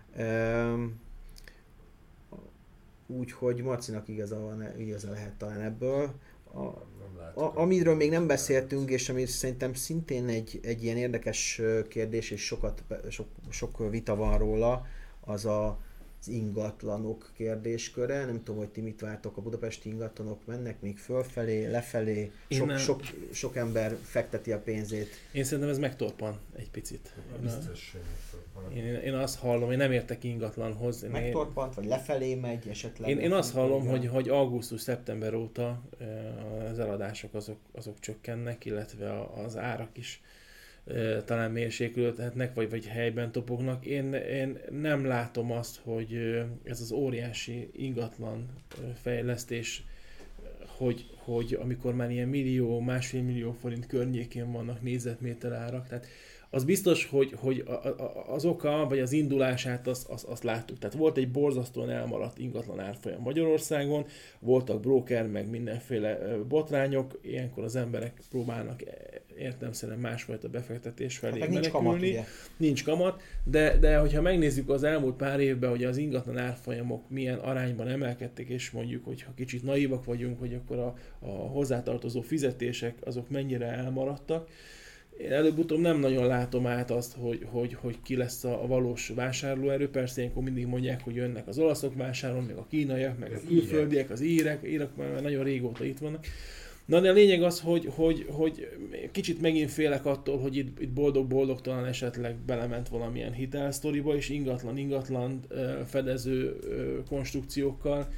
Speaker 2: Úgyhogy Marcinak igaza lehet talán ebből. Amiről még nem beszéltünk, és ami szerintem szintén egy ilyen érdekes kérdés, és sok vita van róla, az az ingatlanok kérdésköre. Nem tudom, hogy ti mit vártok, a budapesti ingatlanok mennek még fölfelé, lefelé, sok ember fekteti a pénzét.
Speaker 1: Én szerintem ez megtorpan egy picit.
Speaker 3: Biztos,
Speaker 1: én azt hallom, én nem értek ingatlanhoz.
Speaker 2: Megtorpant, vagy lefelé megy esetleg?
Speaker 1: Én azt hallom, hogy augusztus-szeptember óta az eladások azok csökkennek, illetve az árak is talán mérséklődhetnek, vagy helyben topognak. Én nem látom azt, hogy ez az óriási ingatlan fejlesztés, hogy amikor már ilyen másfél millió forint környékén vannak négyzetméter árak, tehát az biztos, hogy az oka, vagy az indulását azt láttuk. Tehát volt egy borzasztóan elmaradt ingatlan árfolyam Magyarországon, voltak broker, meg mindenféle botrányok, ilyenkor az emberek próbálnak értelemszerűen másfajta befektetés felé menekülni. Nincs kamat, de hogyha megnézzük az elmúlt pár évben, hogy az ingatlan árfolyamok milyen arányban emelkedtek, és mondjuk, hogyha kicsit naívak vagyunk, hogy akkor a hozzátartozó fizetések azok mennyire elmaradtak, én előbb-utóbb nem nagyon látom át azt, hogy ki lesz a valós vásárlóerő. Persze ilyenkor mindig mondják, hogy jönnek az olaszok vásárolni, meg a kínaiak, meg a külföldiek, az írek már nagyon régóta itt vannak. Na de a lényeg az, hogy kicsit megint félek attól, hogy itt boldog-boldogtalan esetleg belement valamilyen hitelsztoriba, és ingatlan fedező konstrukciókkal.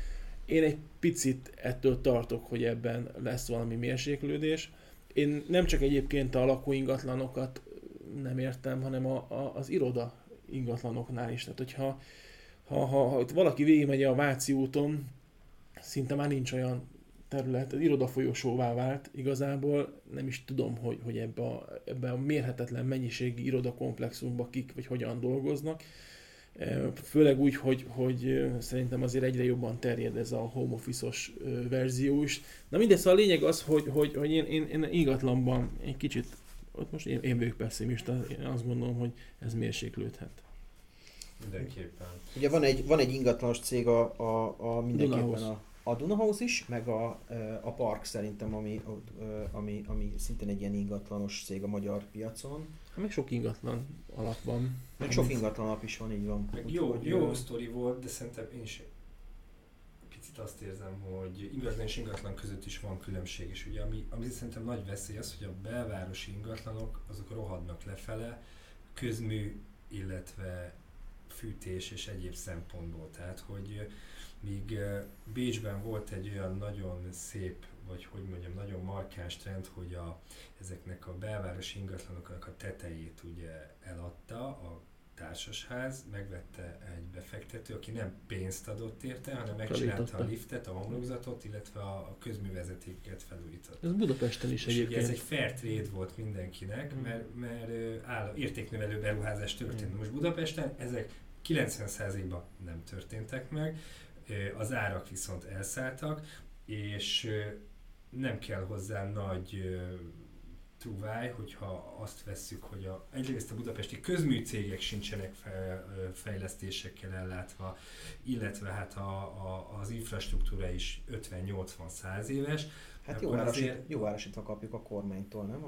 Speaker 1: Én egy picit ettől tartok, hogy ebben lesz valami mérséklődés. Én nem csak egyébként a lakóingatlanokat nem értem, hanem az iroda ingatlanoknál is. Tehát, hogyha ha valaki végigmegy a Váci úton, szinte már nincs olyan terület, az irodafolyosóvá vált igazából, nem is tudom, hogy ebbe a mérhetetlen mennyiségi irodakomplexumban kik vagy hogyan dolgoznak. Főleg úgy, hogy szerintem azért egyre jobban terjed ez a home office-os verzió is. Na mindegy, szóval a lényeg az, hogy én ingatlanban egy kicsit, ott most én vagyok pessimista, én azt gondolom, hogy ez mérséklődhet.
Speaker 3: Mindenképpen.
Speaker 2: Ugye van egy ingatlanos cég a mindenképpen a Dunahouse is, meg a Park szerintem, ami szintén egy ilyen ingatlanos cég a magyar piacon.
Speaker 1: Meg sok ingatlan alap van.
Speaker 2: Meg sok ingatlan alap is van, így van.
Speaker 3: Meg jó sztori volt, de szerintem én is picit azt érzem, hogy ingatlan és ingatlan között is van különbség, és ugye ami szerintem nagy veszély az, hogy a belvárosi ingatlanok azok rohadnak lefele, közmű, illetve fűtés és egyéb szempontból. Tehát, hogy míg Bécsben volt egy olyan nagyon szép, vagy hogy mondjam, nagyon markáns trend, hogy ezeknek a belvárosi ingatlanoknak a tetejét ugye eladta a társasház, megvette egy befektető, aki nem pénzt adott érte, hanem megcsinálta a liftet, a homlokzatot, illetve a közművezetéket felújított.
Speaker 1: Ez Budapesten is egyébként.
Speaker 3: Ez egy fair trade volt mindenkinek, mert értéknövelő beruházás történt. Most Budapesten ezek 90%-ban nem történtek meg, az árak viszont elszálltak, és nem kell hozzá nagy truváj, hogyha azt vesszük, hogy egyrészt a budapesti közműcégek sincsenek fejlesztésekkel ellátva, illetve hát az infrastruktúra is 50-80-100 éves.
Speaker 2: Hát jó árasítva kapjuk a kormánytól, nem?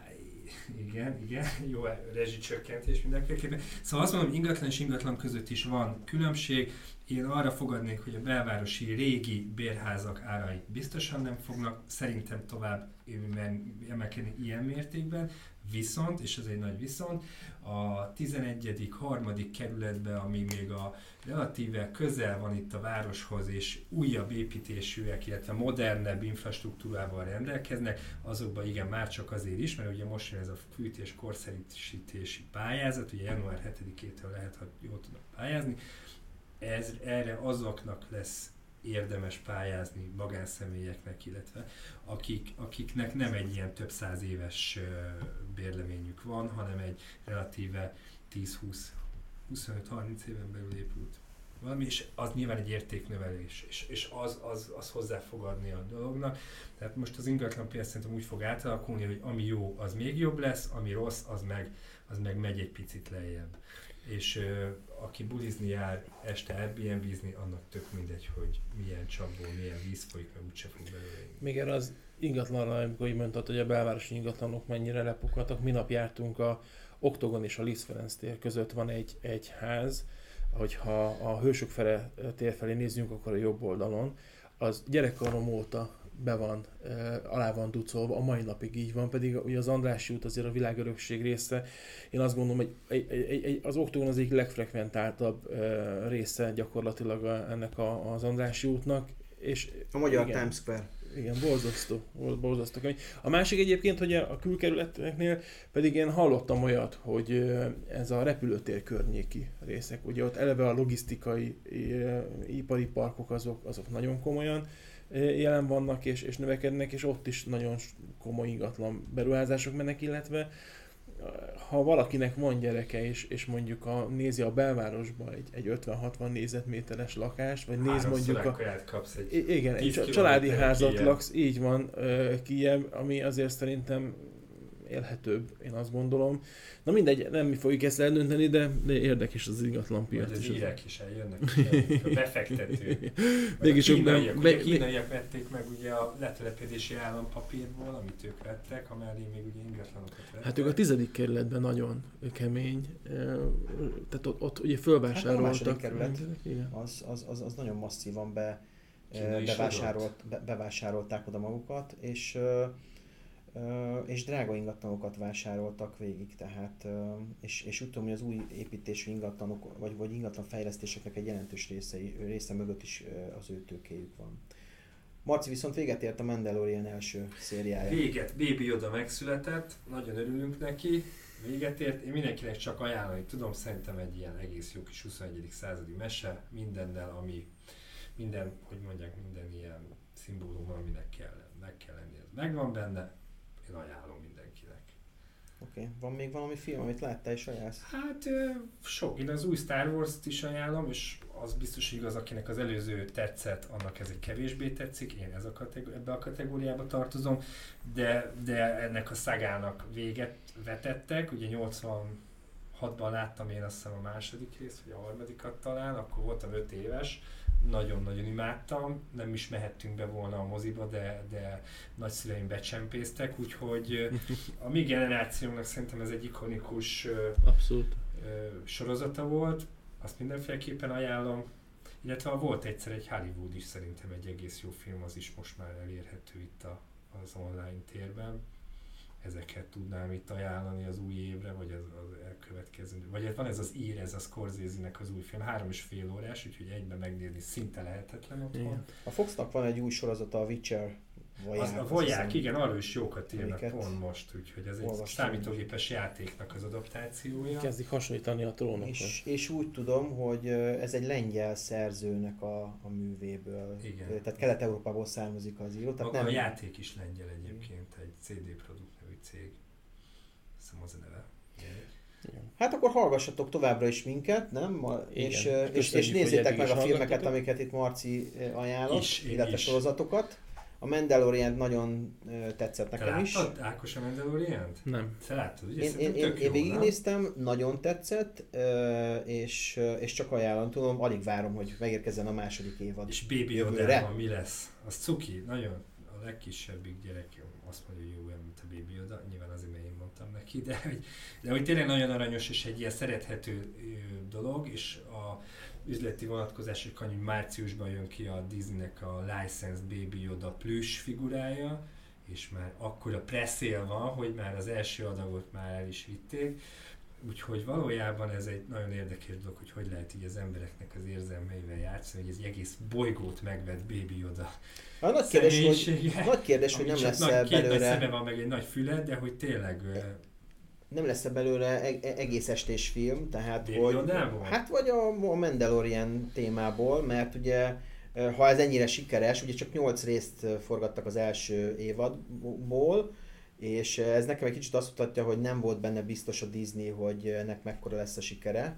Speaker 3: Igen, jó rezsicsökkentés mindenképpen. Szóval azt mondom, ingatlan és ingatlan között is van különbség. Én arra fogadnék, hogy a belvárosi régi bérházak árai biztosan nem fognak szerintem tovább emelkedni ilyen mértékben, viszont, és ez egy nagy viszont, a 11. harmadik kerületben, ami még a relatíve közel van itt a városhoz, és újabb építésűek, illetve modernebb infrastruktúrával rendelkeznek, azokban igen, már csak azért is, mert ugye most jön ez a fűtés korszerűsítési pályázat, ugye január 7-től lehet, ha jól tudnak pályázni, erre azoknak lesz érdemes pályázni, magánszemélyeknek, illetve akiknek nem egy ilyen több száz éves bérleményük van, hanem egy relatíve 10-20-25-30 éven belül épült valami, és az nyilván egy értéknövelés, és az hozzáfogadni a dolognak. Tehát most az ingatlanpiac szerintem úgy fog átalakulni, hogy ami jó, az még jobb lesz, ami rossz, az meg megy egy picit lejjebb. És aki bulizni jár, este Airbnb-zni, annak tök mindegy, hogy milyen csapból, milyen víz folyik, mert úgyse fog belőle.
Speaker 1: Még erre az ingatlanra, amikor így mondtad, hogy a belvárosi ingatlanok mennyire lepukadtak. Minap jártunk a Oktogon és a Liszt Ferenc tér között van egy ház, hogyha a Hősök tér felé nézzünk, akkor a jobb oldalon, az gyerekkorom óta alá van ducolva, a mai napig így van, pedig ugye az Andrássy út azért a világörökség része. Én azt gondolom, hogy az Oktogon az egyik legfrekventáltabb része gyakorlatilag ennek az Andrássy útnak. És
Speaker 2: a magyar igen, Times Square.
Speaker 1: Igen, borzasztó. A másik egyébként, hogy a külkerületeknél pedig én hallottam olyat, hogy ez a repülőtér környéki részek, ugye ott eleve a logisztikai ipari parkok azok nagyon komolyan jelen vannak és növekednek, és ott is nagyon komoly ingatlan beruházások mennek, illetve ha valakinek van gyereke és mondjuk nézi a belvárosba egy 50-60 négyzetméteres lakást, vagy néz mondjuk
Speaker 3: kapsz
Speaker 1: egy családi házat laksz, így van kijebb, ami azért szerintem élhetőbb, én azt gondolom. Na mindegy, nem mi fogjuk ezt eldönteni, de érdekes az ingatlanpiac.
Speaker 3: Vagy az írek is eljönnek, a befektető.
Speaker 1: Mégis
Speaker 3: a kínaiak vették meg ugye a letelepedési állampapírból, amit ők vettek, amellé még ugye ingatlanokat vettek.
Speaker 1: Hát ők a 10. kerületben nagyon kemény, tehát ott ugye fölvásároltak.
Speaker 2: Hát a 2. kerület, az nagyon masszívan bevásárolták oda magukat, és és drága ingatlanokat vásároltak végig, tehát, és úgy tudom, hogy az új építésű ingatlanok, vagy ingatlan fejlesztéseknek egy jelentős része mögött is az ő tőkéjük van. Marci viszont véget ért a Mandalorian első szériája.
Speaker 3: Véget, Baby Yoda megszületett, nagyon örülünk neki, véget ért. Én mindenkinek csak ajánlani tudom, szerintem egy ilyen egész jó kis 21. századi mese, mindennel, ami minden ilyen szimbólum, aminek meg kell lenni, ez megvan benne. Én ajánlom mindenkinek.
Speaker 2: Oké. Van még valami film, amit láttál és ajánlsz?
Speaker 3: Hát sok. Én az új Star Wars-t is ajánlom, és az biztos, hogy igaz, akinek az előző tetszett, annak ez egy kevésbé tetszik. Én ebbe a kategóriába tartozom, de ennek a szagának véget vetettek. Ugye 86-ban láttam én azt hiszem a második részt, vagy a harmadikat talán, akkor voltam 5 éves. Nagyon-nagyon imádtam, nem is mehettünk be volna a moziba, de nagyszüleim becsempésztek, úgyhogy a mi generációnak szerintem ez egy ikonikus
Speaker 1: Abszolút.
Speaker 3: Sorozata volt, azt mindenféleképpen ajánlom, illetve volt egyszer egy Hollywood is szerintem egy egész jó film, az is most már elérhető itt az online térben. Ezeket tudnám itt ajánlani az új évre, vagy az elkövetkező. Vagy van ez az ez a Scorsese-nek az új film, 3,5 órás, úgyhogy egyben megnézni szinte lehetetlen otthon.
Speaker 2: A Foxnak van egy új sorozata, a Witcher.
Speaker 3: A Voják, igen, arról is jókat írnak pont most, úgyhogy ez egy számítógépes játéknak az adaptációja.
Speaker 1: Kezdik hasonlítani a trónokhoz.
Speaker 2: És úgy tudom, hogy ez egy lengyel szerzőnek a művéből.
Speaker 3: Igen.
Speaker 2: Tehát Kelet-Európából származik az író. Tehát
Speaker 3: nem... A játék is lengyel egyébként, egy CD Produkt nevű cég. Azt hiszem az a neve.
Speaker 2: Hát akkor hallgassatok továbbra is minket, nem? És nézzétek meg a filmeket, amiket itt Marci ajánlott, illetve sorozatokat. A Mandalorian nagyon tetszett nekem is.
Speaker 3: Te láttad, Ákos, a Mandalorian-t?
Speaker 1: Nem.
Speaker 3: Te láttad, ugye?
Speaker 2: Én végignéztem, nagyon tetszett, és csak ajánlom, tudom, alig várom, hogy megérkezzen a második évad.
Speaker 3: És Baby Yoda-ban mi lesz? Az cuki, nagyon. A legkisebbik gyerek azt mondja, hogy jó olyan, mint a Baby Yoda, nyilván azért, mert én mondtam neki, de hogy tényleg nagyon aranyos és egy ilyen szerethető dolog, és a üzleti vonatkozások, hogy márciusban jön ki a Disneynek a Licensed Baby Yoda plüss figurája, és már akkor a pre-sale van, hogy már az első adagot már el is vitték, úgyhogy valójában ez egy nagyon érdekes dolog, hogy lehet így az embereknek az érzelmeivel játszani, hogy ez egy egész bolygót megvett Baby Yoda.
Speaker 2: A nagy kérdés, hogy nem lesz-e
Speaker 3: belőle... Két nagy
Speaker 2: szeme
Speaker 3: van, meg egy nagy füled, de hogy tényleg...
Speaker 2: Nem lesz-e belőle egész estés film, tehát
Speaker 3: Baby
Speaker 2: hogy...
Speaker 3: Yodából?
Speaker 2: Hát vagy a Mandalorian témából, mert ugye ha ez ennyire sikeres, ugye csak 8 részt forgattak az első évadból, és ez nekem egy kicsit azt mutatja, hogy nem volt benne biztos a Disney, hogy ennek mekkora lesz a sikere.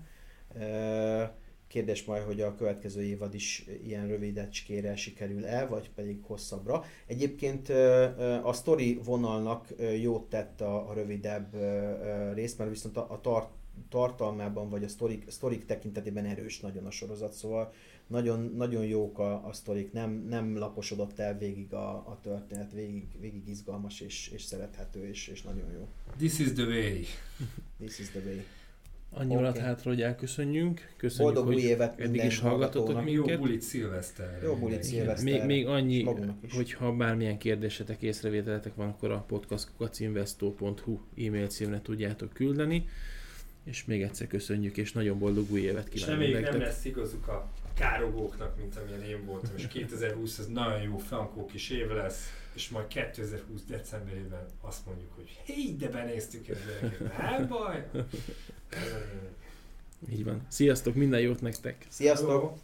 Speaker 2: Kérdés majd, hogy a következő évad is ilyen rövidecskére sikerül-e, vagy pedig hosszabbra. Egyébként a sztori vonalnak jót tett a rövidebb rész, mert viszont a tartalmában, vagy a sztorik tekintetében erős nagyon a sorozat, szóval nagyon, nagyon jók a sztorik, nem laposodott el végig a történet, végig izgalmas és szerethető, és nagyon jó.
Speaker 3: This is the way.
Speaker 2: This is the way.
Speaker 1: Annyi alatt hátra, hogy elköszönjünk. Köszönjük,
Speaker 2: boldog új évet
Speaker 1: eddig is hallgatotok minket.
Speaker 3: Jó bulit szilveszterre.
Speaker 2: Jó bulit szilveszterre.
Speaker 1: Még annyi, hogyha bármilyen kérdésetek, észrevételetek van, akkor a podcast@investo.hu e-mail címre tudjátok küldeni. És még egyszer köszönjük, és nagyon boldog új évet kívánunk.
Speaker 3: És nem lesz igazuk a károgóknak, mint amilyen én voltam, és 2020 ez nagyon jó frankó kis év lesz, és majd 2020 decemberében azt mondjuk, hogy hé, de benéztük ezzel, nem baj!
Speaker 1: Így van. Sziasztok, minden jót nektek!
Speaker 2: Sziasztok!